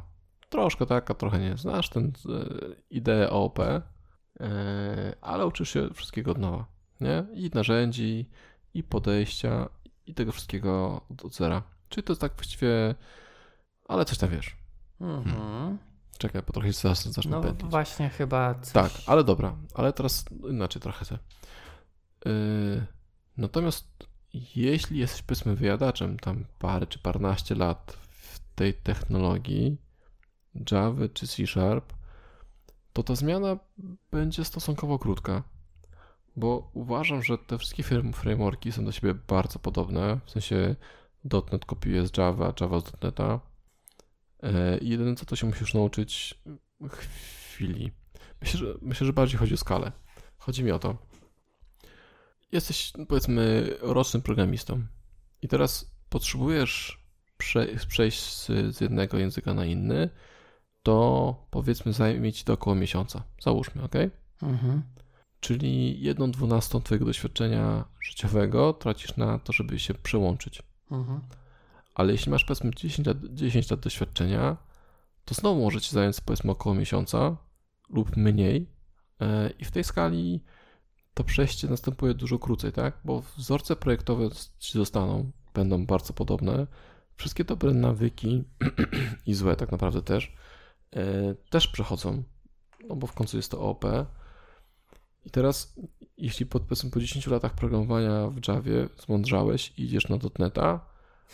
troszkę tak, a trochę nie. Znasz tę ideę O O P, ale uczysz się wszystkiego od nowa, nie? I narzędzi, i podejścia, i tego wszystkiego od zera. Czyli to jest tak właściwie, ale coś tam wiesz. Mhm. Hmm. Czekaj, bo trochę się zacznę No pętlić. właśnie chyba coś... Tak, ale dobra, ale teraz inaczej trochę. Te. Yy, natomiast jeśli jesteś, powiedzmy, wyjadaczem tam parę czy paręnaście lat w tej technologii Java czy C Sharp, to ta zmiana będzie stosunkowo krótka, bo uważam, że te wszystkie frameworki są do siebie bardzo podobne, w sensie .dot net kopiuje z Java, Java z .dot neta i jedyne co to się musisz nauczyć chwili. Myślę, że, myślę, że bardziej chodzi o skalę. Chodzi mi o to. Jesteś, powiedzmy, rocznym programistą i teraz potrzebujesz prze, przejść z, z jednego języka na inny, to powiedzmy zajmie ci to około miesiąca. Załóżmy, ok? Mhm. Czyli jedną dwunastą twojego doświadczenia życiowego tracisz na to, żeby się przełączyć. Mhm. Ale jeśli masz, powiedzmy, dziesięć lat, dziesięć lat doświadczenia, to znowu może ci zająć, powiedzmy, około miesiąca lub mniej i w tej skali to przejście następuje dużo krócej, tak? Bo wzorce projektowe ci zostaną, będą bardzo podobne. Wszystkie dobre nawyki i złe tak naprawdę też, też przechodzą, no bo w końcu jest to O O P. I teraz, jeśli po, powiedzmy, po dziesięciu latach programowania w Javie zmądrzałeś i idziesz na .dot neta,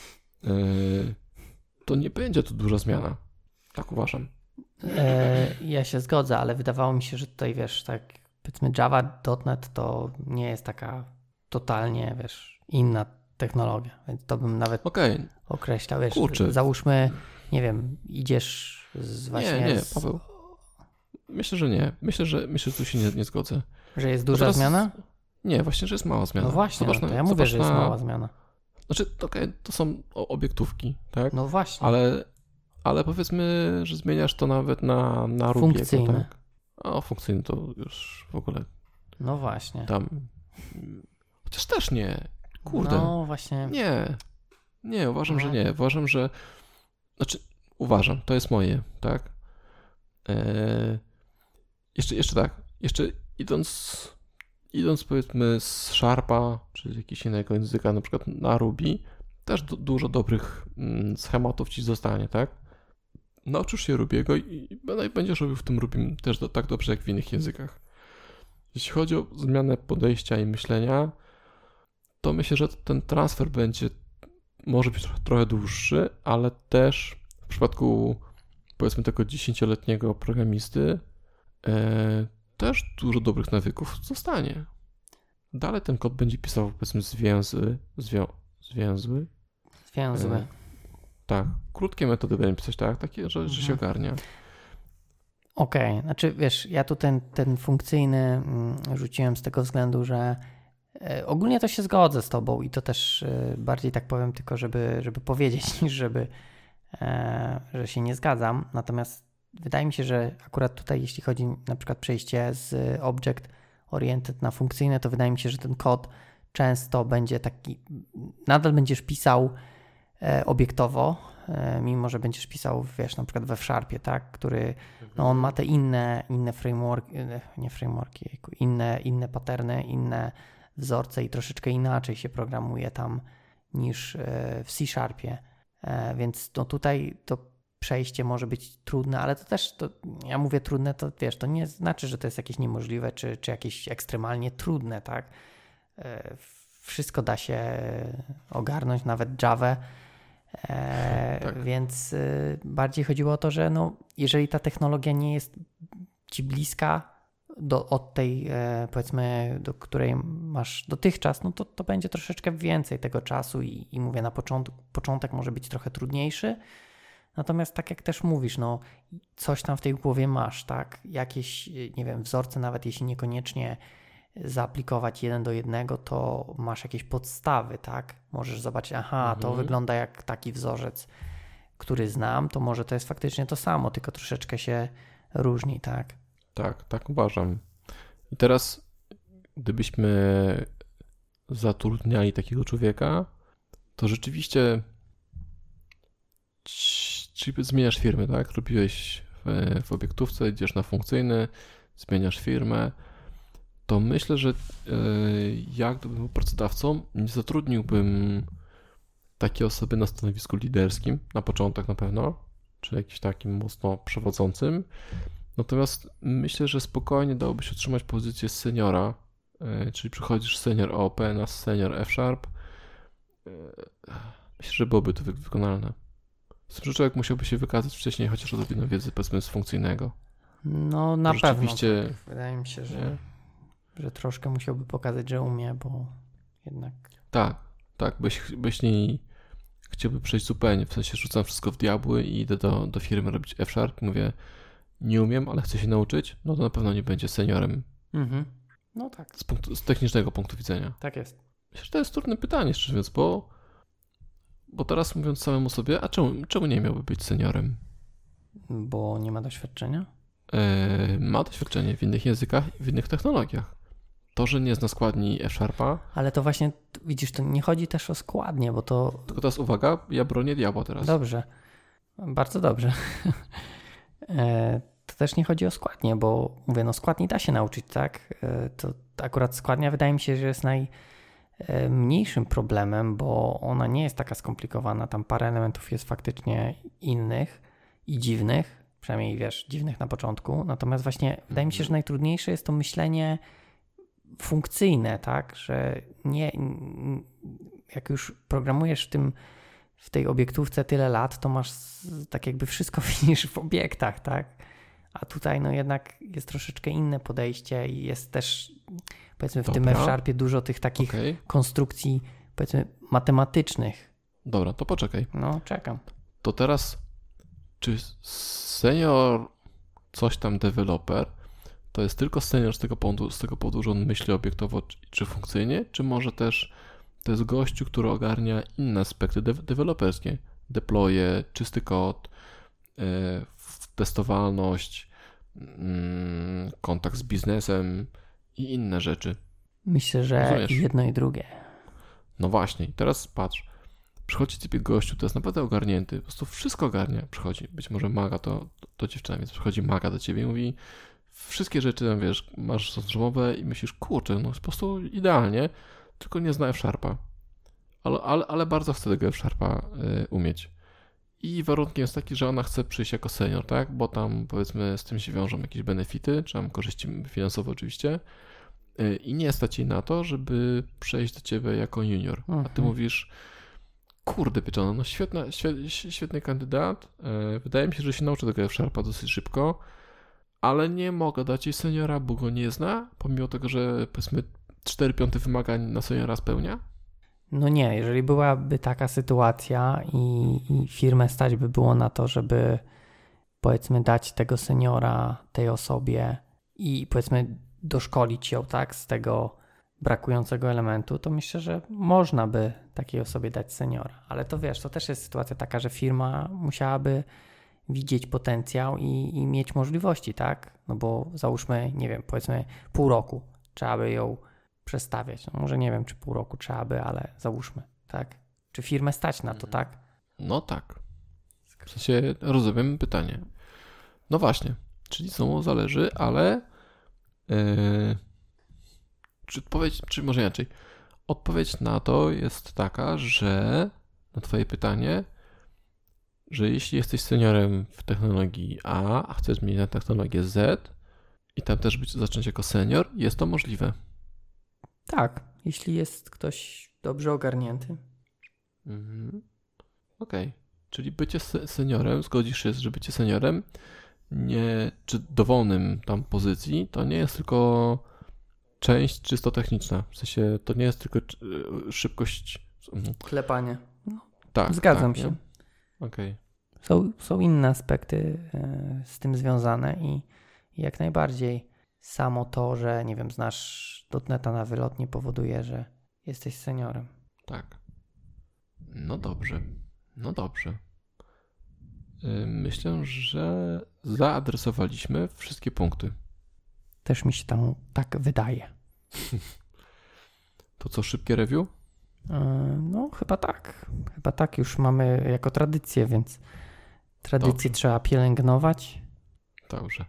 to nie będzie to duża zmiana. Tak uważam. E, ja się zgodzę, ale wydawało mi się, że tutaj, wiesz, tak powiedzmy Java, .dot net to nie jest taka totalnie, wiesz, inna technologia, więc to bym nawet okay. określał, wiesz, Kurczę. załóżmy, nie wiem, idziesz z właśnie... Nie, nie, z... Paweł. Myślę, że nie. Myślę, że, myślę, że tu się nie, nie zgodzę. Że jest duża teraz... zmiana? Nie, właśnie, że jest mała zmiana. No właśnie, zobacz, no to ja mówię, że jest na... mała zmiana. Znaczy, okej, to są obiektówki, tak? No właśnie. Ale, ale powiedzmy, że zmieniasz to nawet na, na Rubiego, funkcyjne. Tak? O, funkcyjny to już w ogóle... No właśnie. Tam... Chociaż też nie. Kurde. No właśnie. Nie. Nie, uważam, no. że nie. Uważam, że... Znaczy, uważam, to jest moje, tak? Eee... Jeszcze, jeszcze tak. Jeszcze idąc... Idąc, powiedzmy, z Sharpa, czy z jakiegoś innego języka, na przykład na Ruby, też du- dużo dobrych mm, schematów ci zostanie, tak? Nauczysz się Rubiego i, i będziesz robił w tym Ruby też do, tak dobrze jak w innych językach. Jeśli chodzi o zmianę podejścia i myślenia, to myślę, że ten transfer będzie, może być trochę, trochę dłuższy, ale też w przypadku, powiedzmy, tego dziesięcioletniego programisty e, też dużo dobrych nawyków zostanie. Dalej ten kod będzie pisał, powiedzmy, zwięzły, zwią, zwięzły. Zwięzły. E, tak, krótkie metody będzie pisać, tak, takie, że, mhm. że się ogarnia. Okej, okay. Znaczy wiesz, ja tu ten, ten funkcyjny mm, rzuciłem z tego względu, że e, ogólnie to się zgodzę z tobą i to też e, bardziej tak powiem tylko, żeby, żeby powiedzieć, niż żeby, e, że się nie zgadzam. Natomiast wydaje mi się, że akurat tutaj, jeśli chodzi na przykład przejście z object oriented na funkcyjne, to wydaje mi się, że ten kod często będzie taki, nadal będziesz pisał e, obiektowo, e, mimo że będziesz pisał, wiesz, na przykład we Sharpie, tak, który, no on ma te inne, inne frameworki, nie frameworki, inne, inne patterny, inne wzorce i troszeczkę inaczej się programuje tam niż e, w C Sharpie, e, więc no tutaj to przejście może być trudne, ale to też, to, ja mówię trudne, to wiesz, to nie znaczy, że to jest jakieś niemożliwe, czy, czy jakieś ekstremalnie trudne, tak? Wszystko da się ogarnąć, nawet Javę, e, tak. Więc bardziej chodziło o to, że no, jeżeli ta technologia nie jest ci bliska do, od tej, e, powiedzmy, do której masz dotychczas, no to, to będzie troszeczkę więcej tego czasu i, i mówię, na początek, początek może być trochę trudniejszy. Natomiast tak jak też mówisz, no coś tam w tej głowie masz, tak? Jakieś, nie wiem, wzorce, nawet jeśli niekoniecznie zaaplikować jeden do jednego, to masz jakieś podstawy, tak? Możesz zobaczyć, aha, mhm. to wygląda jak taki wzorzec, który znam, to może to jest faktycznie to samo, tylko troszeczkę się różni, tak? Tak, tak uważam. I teraz, gdybyśmy zatrudniali takiego człowieka, to rzeczywiście czyli zmieniasz firmę, tak? Robiłeś w, w obiektówce, idziesz na funkcyjny, zmieniasz firmę, to myślę, że yy, ja gdybym był pracodawcą, nie zatrudniłbym takiej osoby na stanowisku liderskim, na początek na pewno, czy jakimś takim mocno przewodzącym. Natomiast myślę, że spokojnie dałoby się otrzymać pozycję seniora, yy, czyli przychodzisz senior O O P na senior F-Sharp. Yy, myślę, że byłoby to wy- wykonalne. Z tym, że człowiek musiałby się wykazać wcześniej chociaż odrobinę wiedzy, powiedzmy, z funkcyjnego. No na pewno. Rzeczywiście, Tak. Wydaje mi się, że, nie? że troszkę musiałby pokazać, że umie, bo jednak... Tak, tak, byś, byś nie chciałby przejść zupełnie, w sensie rzucam wszystko w diabły i idę do, do firmy robić F-Sharp, mówię, nie umiem, ale chcę się nauczyć, no to na pewno nie będzie seniorem. Mhm. No tak. Z, punktu, z technicznego punktu widzenia. Tak jest. Myślę, że to jest trudne pytanie, szczerze mówiąc, bo, bo teraz mówiąc samemu sobie, a czemu, czemu nie miałby być seniorem? Bo nie ma doświadczenia? Yy, ma doświadczenie w innych językach i w innych technologiach. To, że nie zna składni F-Sharpa. Ale to właśnie, widzisz, to nie chodzi też o składnie, bo to... Tylko teraz uwaga, ja bronię diabła teraz. Dobrze. Bardzo dobrze. To też nie chodzi o składnie, bo mówię, no składni da się nauczyć, tak? To akurat składnia wydaje mi się, że jest najmniejszym problemem, bo ona nie jest taka skomplikowana. Tam parę elementów jest faktycznie innych i dziwnych, przynajmniej wiesz, dziwnych na początku. Natomiast właśnie wydaje mi się, że najtrudniejsze jest to myślenie funkcyjne, tak? Że nie, jak już programujesz w tym w tej obiektówce tyle lat, to masz tak jakby wszystko widzisz w obiektach, tak? A tutaj no jednak jest troszeczkę inne podejście i jest też powiedzmy w Dobra. tym F-Sharpie dużo tych takich Okay. konstrukcji powiedzmy matematycznych. Dobra, to poczekaj. No, czekam. To teraz czy senior coś tam deweloper to jest tylko senior z tego powodu, z tego powodu, że on myśli obiektowo czy, czy funkcyjnie, czy może też to jest gościu, który ogarnia inne aspekty de- deweloperskie, deploye, czysty kod, yy, testowalność, yy, kontakt z biznesem i inne rzeczy. Myślę, że Rozumiesz? i jedno i drugie. No właśnie, i teraz patrz, przychodzi ciebie gościu, to jest naprawdę ogarnięty, po prostu wszystko ogarnia, przychodzi, być może maga to, to dziewczyna, więc przychodzi maga do ciebie i mówi wszystkie rzeczy tam, wiesz, masz rozmowe i myślisz, kurczę, no jest po prostu idealnie, tylko nie zna F-Sharpa, ale, ale, ale bardzo chce tego F-Sharpa y, umieć. I warunkiem jest taki, że ona chce przyjść jako senior, tak, bo tam powiedzmy z tym się wiążą jakieś benefity, czy tam korzyści finansowe oczywiście y, i nie stać jej na to, żeby przejść do ciebie jako junior, Mhm. a ty mówisz, kurde pieczone, no świetna, świetny, świetny kandydat, y, wydaje mi się, że się nauczy tego F-Sharpa dosyć szybko, ale nie mogę dać jej seniora, bo go nie zna, pomimo tego, że powiedzmy cztery piąte wymagań na seniora spełnia? No nie, jeżeli byłaby taka sytuacja i, i firmę stać by było na to, żeby powiedzmy dać tego seniora tej osobie i powiedzmy doszkolić ją, tak, z tego brakującego elementu, to myślę, że można by takiej osobie dać seniora. Ale to wiesz, to też jest sytuacja taka, że firma musiałaby widzieć potencjał i, i mieć możliwości, tak? No bo załóżmy, nie wiem, powiedzmy pół roku trzeba by ją przestawiać. No może nie wiem, czy pół roku trzeba by, ale załóżmy, tak? Czy firmę stać na to, tak? No tak. W sensie rozumiem pytanie. No właśnie, czyli znowu zależy, ale yy, czy odpowiedź, czy może inaczej, odpowiedź na to jest taka, że na twoje pytanie, że jeśli jesteś seniorem w technologii A, a chcesz zmienić na technologię Z i tam też być, zacząć jako senior, jest to możliwe. Tak, jeśli jest ktoś dobrze ogarnięty. Mhm. Okej, okay. Czyli bycie seniorem, zgodzisz się, że bycie seniorem nie, czy dowolnym tam pozycji, to nie jest tylko część czysto techniczna. W sensie to nie jest tylko szybkość. Klepanie. No, tak, zgadzam tak, się. Okej. Okay. Są, są inne aspekty z tym związane i jak najbardziej samo to, że nie wiem, znasz dotneta na wylot nie powoduje, że jesteś seniorem. Tak. No dobrze. No dobrze. Myślę, że zaadresowaliśmy wszystkie punkty. Też mi się tam tak wydaje. To co, szybkie review? No chyba tak. Chyba tak już mamy jako tradycję, więc Tradycje Dobrze. trzeba pielęgnować. Dobrze.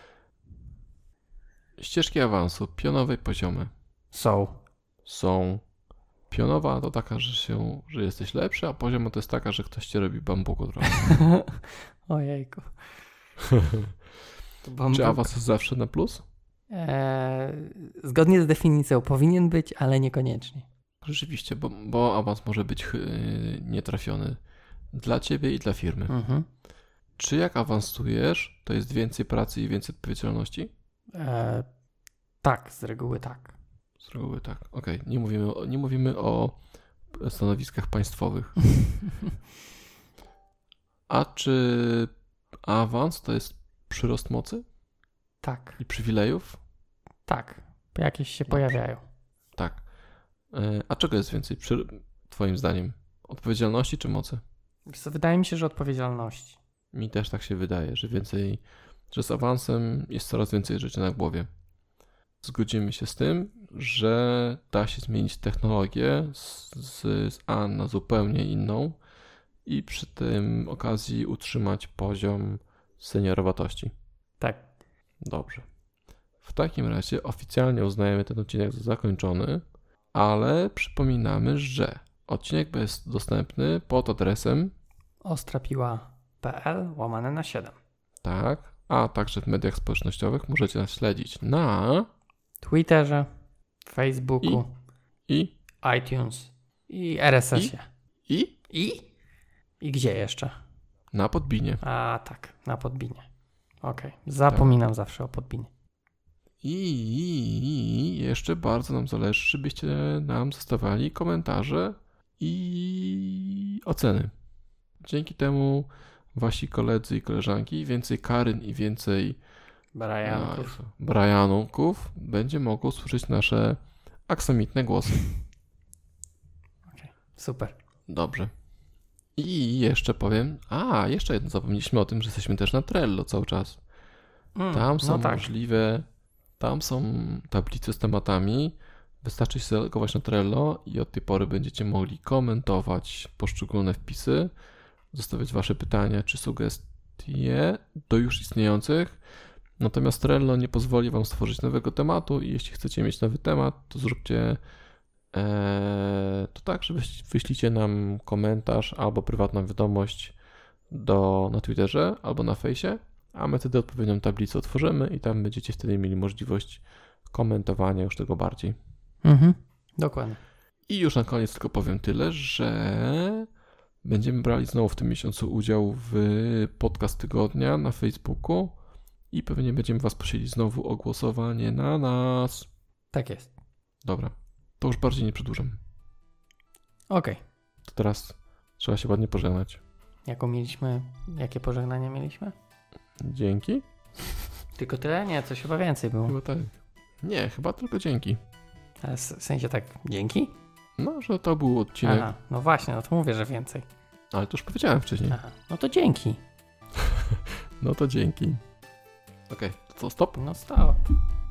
Ścieżki awansu, pionowe poziomy. Są. Są. Pionowa to taka, że się, że jesteś lepszy, a pozioma to jest taka, że ktoś cię robi bambuku trochę. Ojejku. Czy awans jest zawsze na plus? Eee, zgodnie z definicją powinien być, ale niekoniecznie. Rzeczywiście, bo, bo awans może być yy, nietrafiony dla ciebie i dla firmy. Mhm. Czy jak awansujesz, to jest więcej pracy i więcej odpowiedzialności? Eee, tak, z reguły tak. Z reguły tak. Okej, okay. nie, mówimy o, nie mówimy o stanowiskach państwowych. A czy awans to jest przyrost mocy Tak, i przywilejów? tak. Jakieś się Dobrze. pojawiają. Tak. Yy, a czego jest więcej, przy, twoim zdaniem? Odpowiedzialności czy mocy? Wiesz co, wydaje mi się, że odpowiedzialności. Mi też tak się wydaje, że więcej, że z awansem jest coraz więcej rzeczy na głowie. Zgodzimy się z tym, że da się zmienić technologię z, z, z A na zupełnie inną i przy tym okazji utrzymać poziom seniorowatości. Tak. Dobrze. W takim razie oficjalnie uznajemy ten odcinek za zakończony, ale przypominamy, że odcinek jest dostępny pod adresem ostrapiła.pl łamane na siedem. tak, a także w mediach społecznościowych możecie nas śledzić na Twitterze, Facebooku, i iTunes i R S S-ie. i I? I gdzie jeszcze? na Podbinie. A tak, na Podbinie. Okej, okay. Zapominam tak. zawsze o Podbinie. I jeszcze bardzo nam zależy, żebyście nam zostawiali komentarze i oceny. Dzięki temu wasi koledzy i koleżanki, więcej Karyn i więcej Brianków, Brianków będzie mogło słyszeć nasze aksamitne głosy. Okay. Super. Dobrze. I jeszcze powiem, a jeszcze jedno, zapomnieliśmy o tym, że jesteśmy też na Trello cały czas. Mm, Tam są no tak. możliwe, tam są tablice z tematami. Wystarczy się zalogować na Trello i od tej pory będziecie mogli komentować poszczególne wpisy, zostawiać wasze pytania czy sugestie do już istniejących. Natomiast Trello nie pozwoli wam stworzyć nowego tematu i jeśli chcecie mieć nowy temat, to zróbcie ee, to tak, że wyślijcie nam komentarz albo prywatną wiadomość do, na Twitterze albo na fejsie, a my wtedy odpowiednią tablicę otworzymy i tam będziecie wtedy mieli możliwość komentowania już tego bardziej. Mhm, dokładnie. I już na koniec tylko powiem tyle, że będziemy brali znowu w tym miesiącu udział w podcast tygodnia na Facebooku i pewnie będziemy was prosili znowu o głosowanie na nas. Tak jest. Dobra, to już bardziej nie przedłużam. Okej. Okay. To teraz trzeba się ładnie pożegnać. Jaką mieliśmy, jakie pożegnanie mieliśmy? Dzięki. Tylko tyle? Nie, coś chyba więcej było. Chyba tak. Nie, chyba tylko dzięki. Ale w sensie tak, dzięki? No, że to był odcinek. Aha, no właśnie, no to mówię, że więcej. Ale to już powiedziałem wcześniej. Aha, no to dzięki. No to dzięki. Okej, okay, to co, stop? No stop.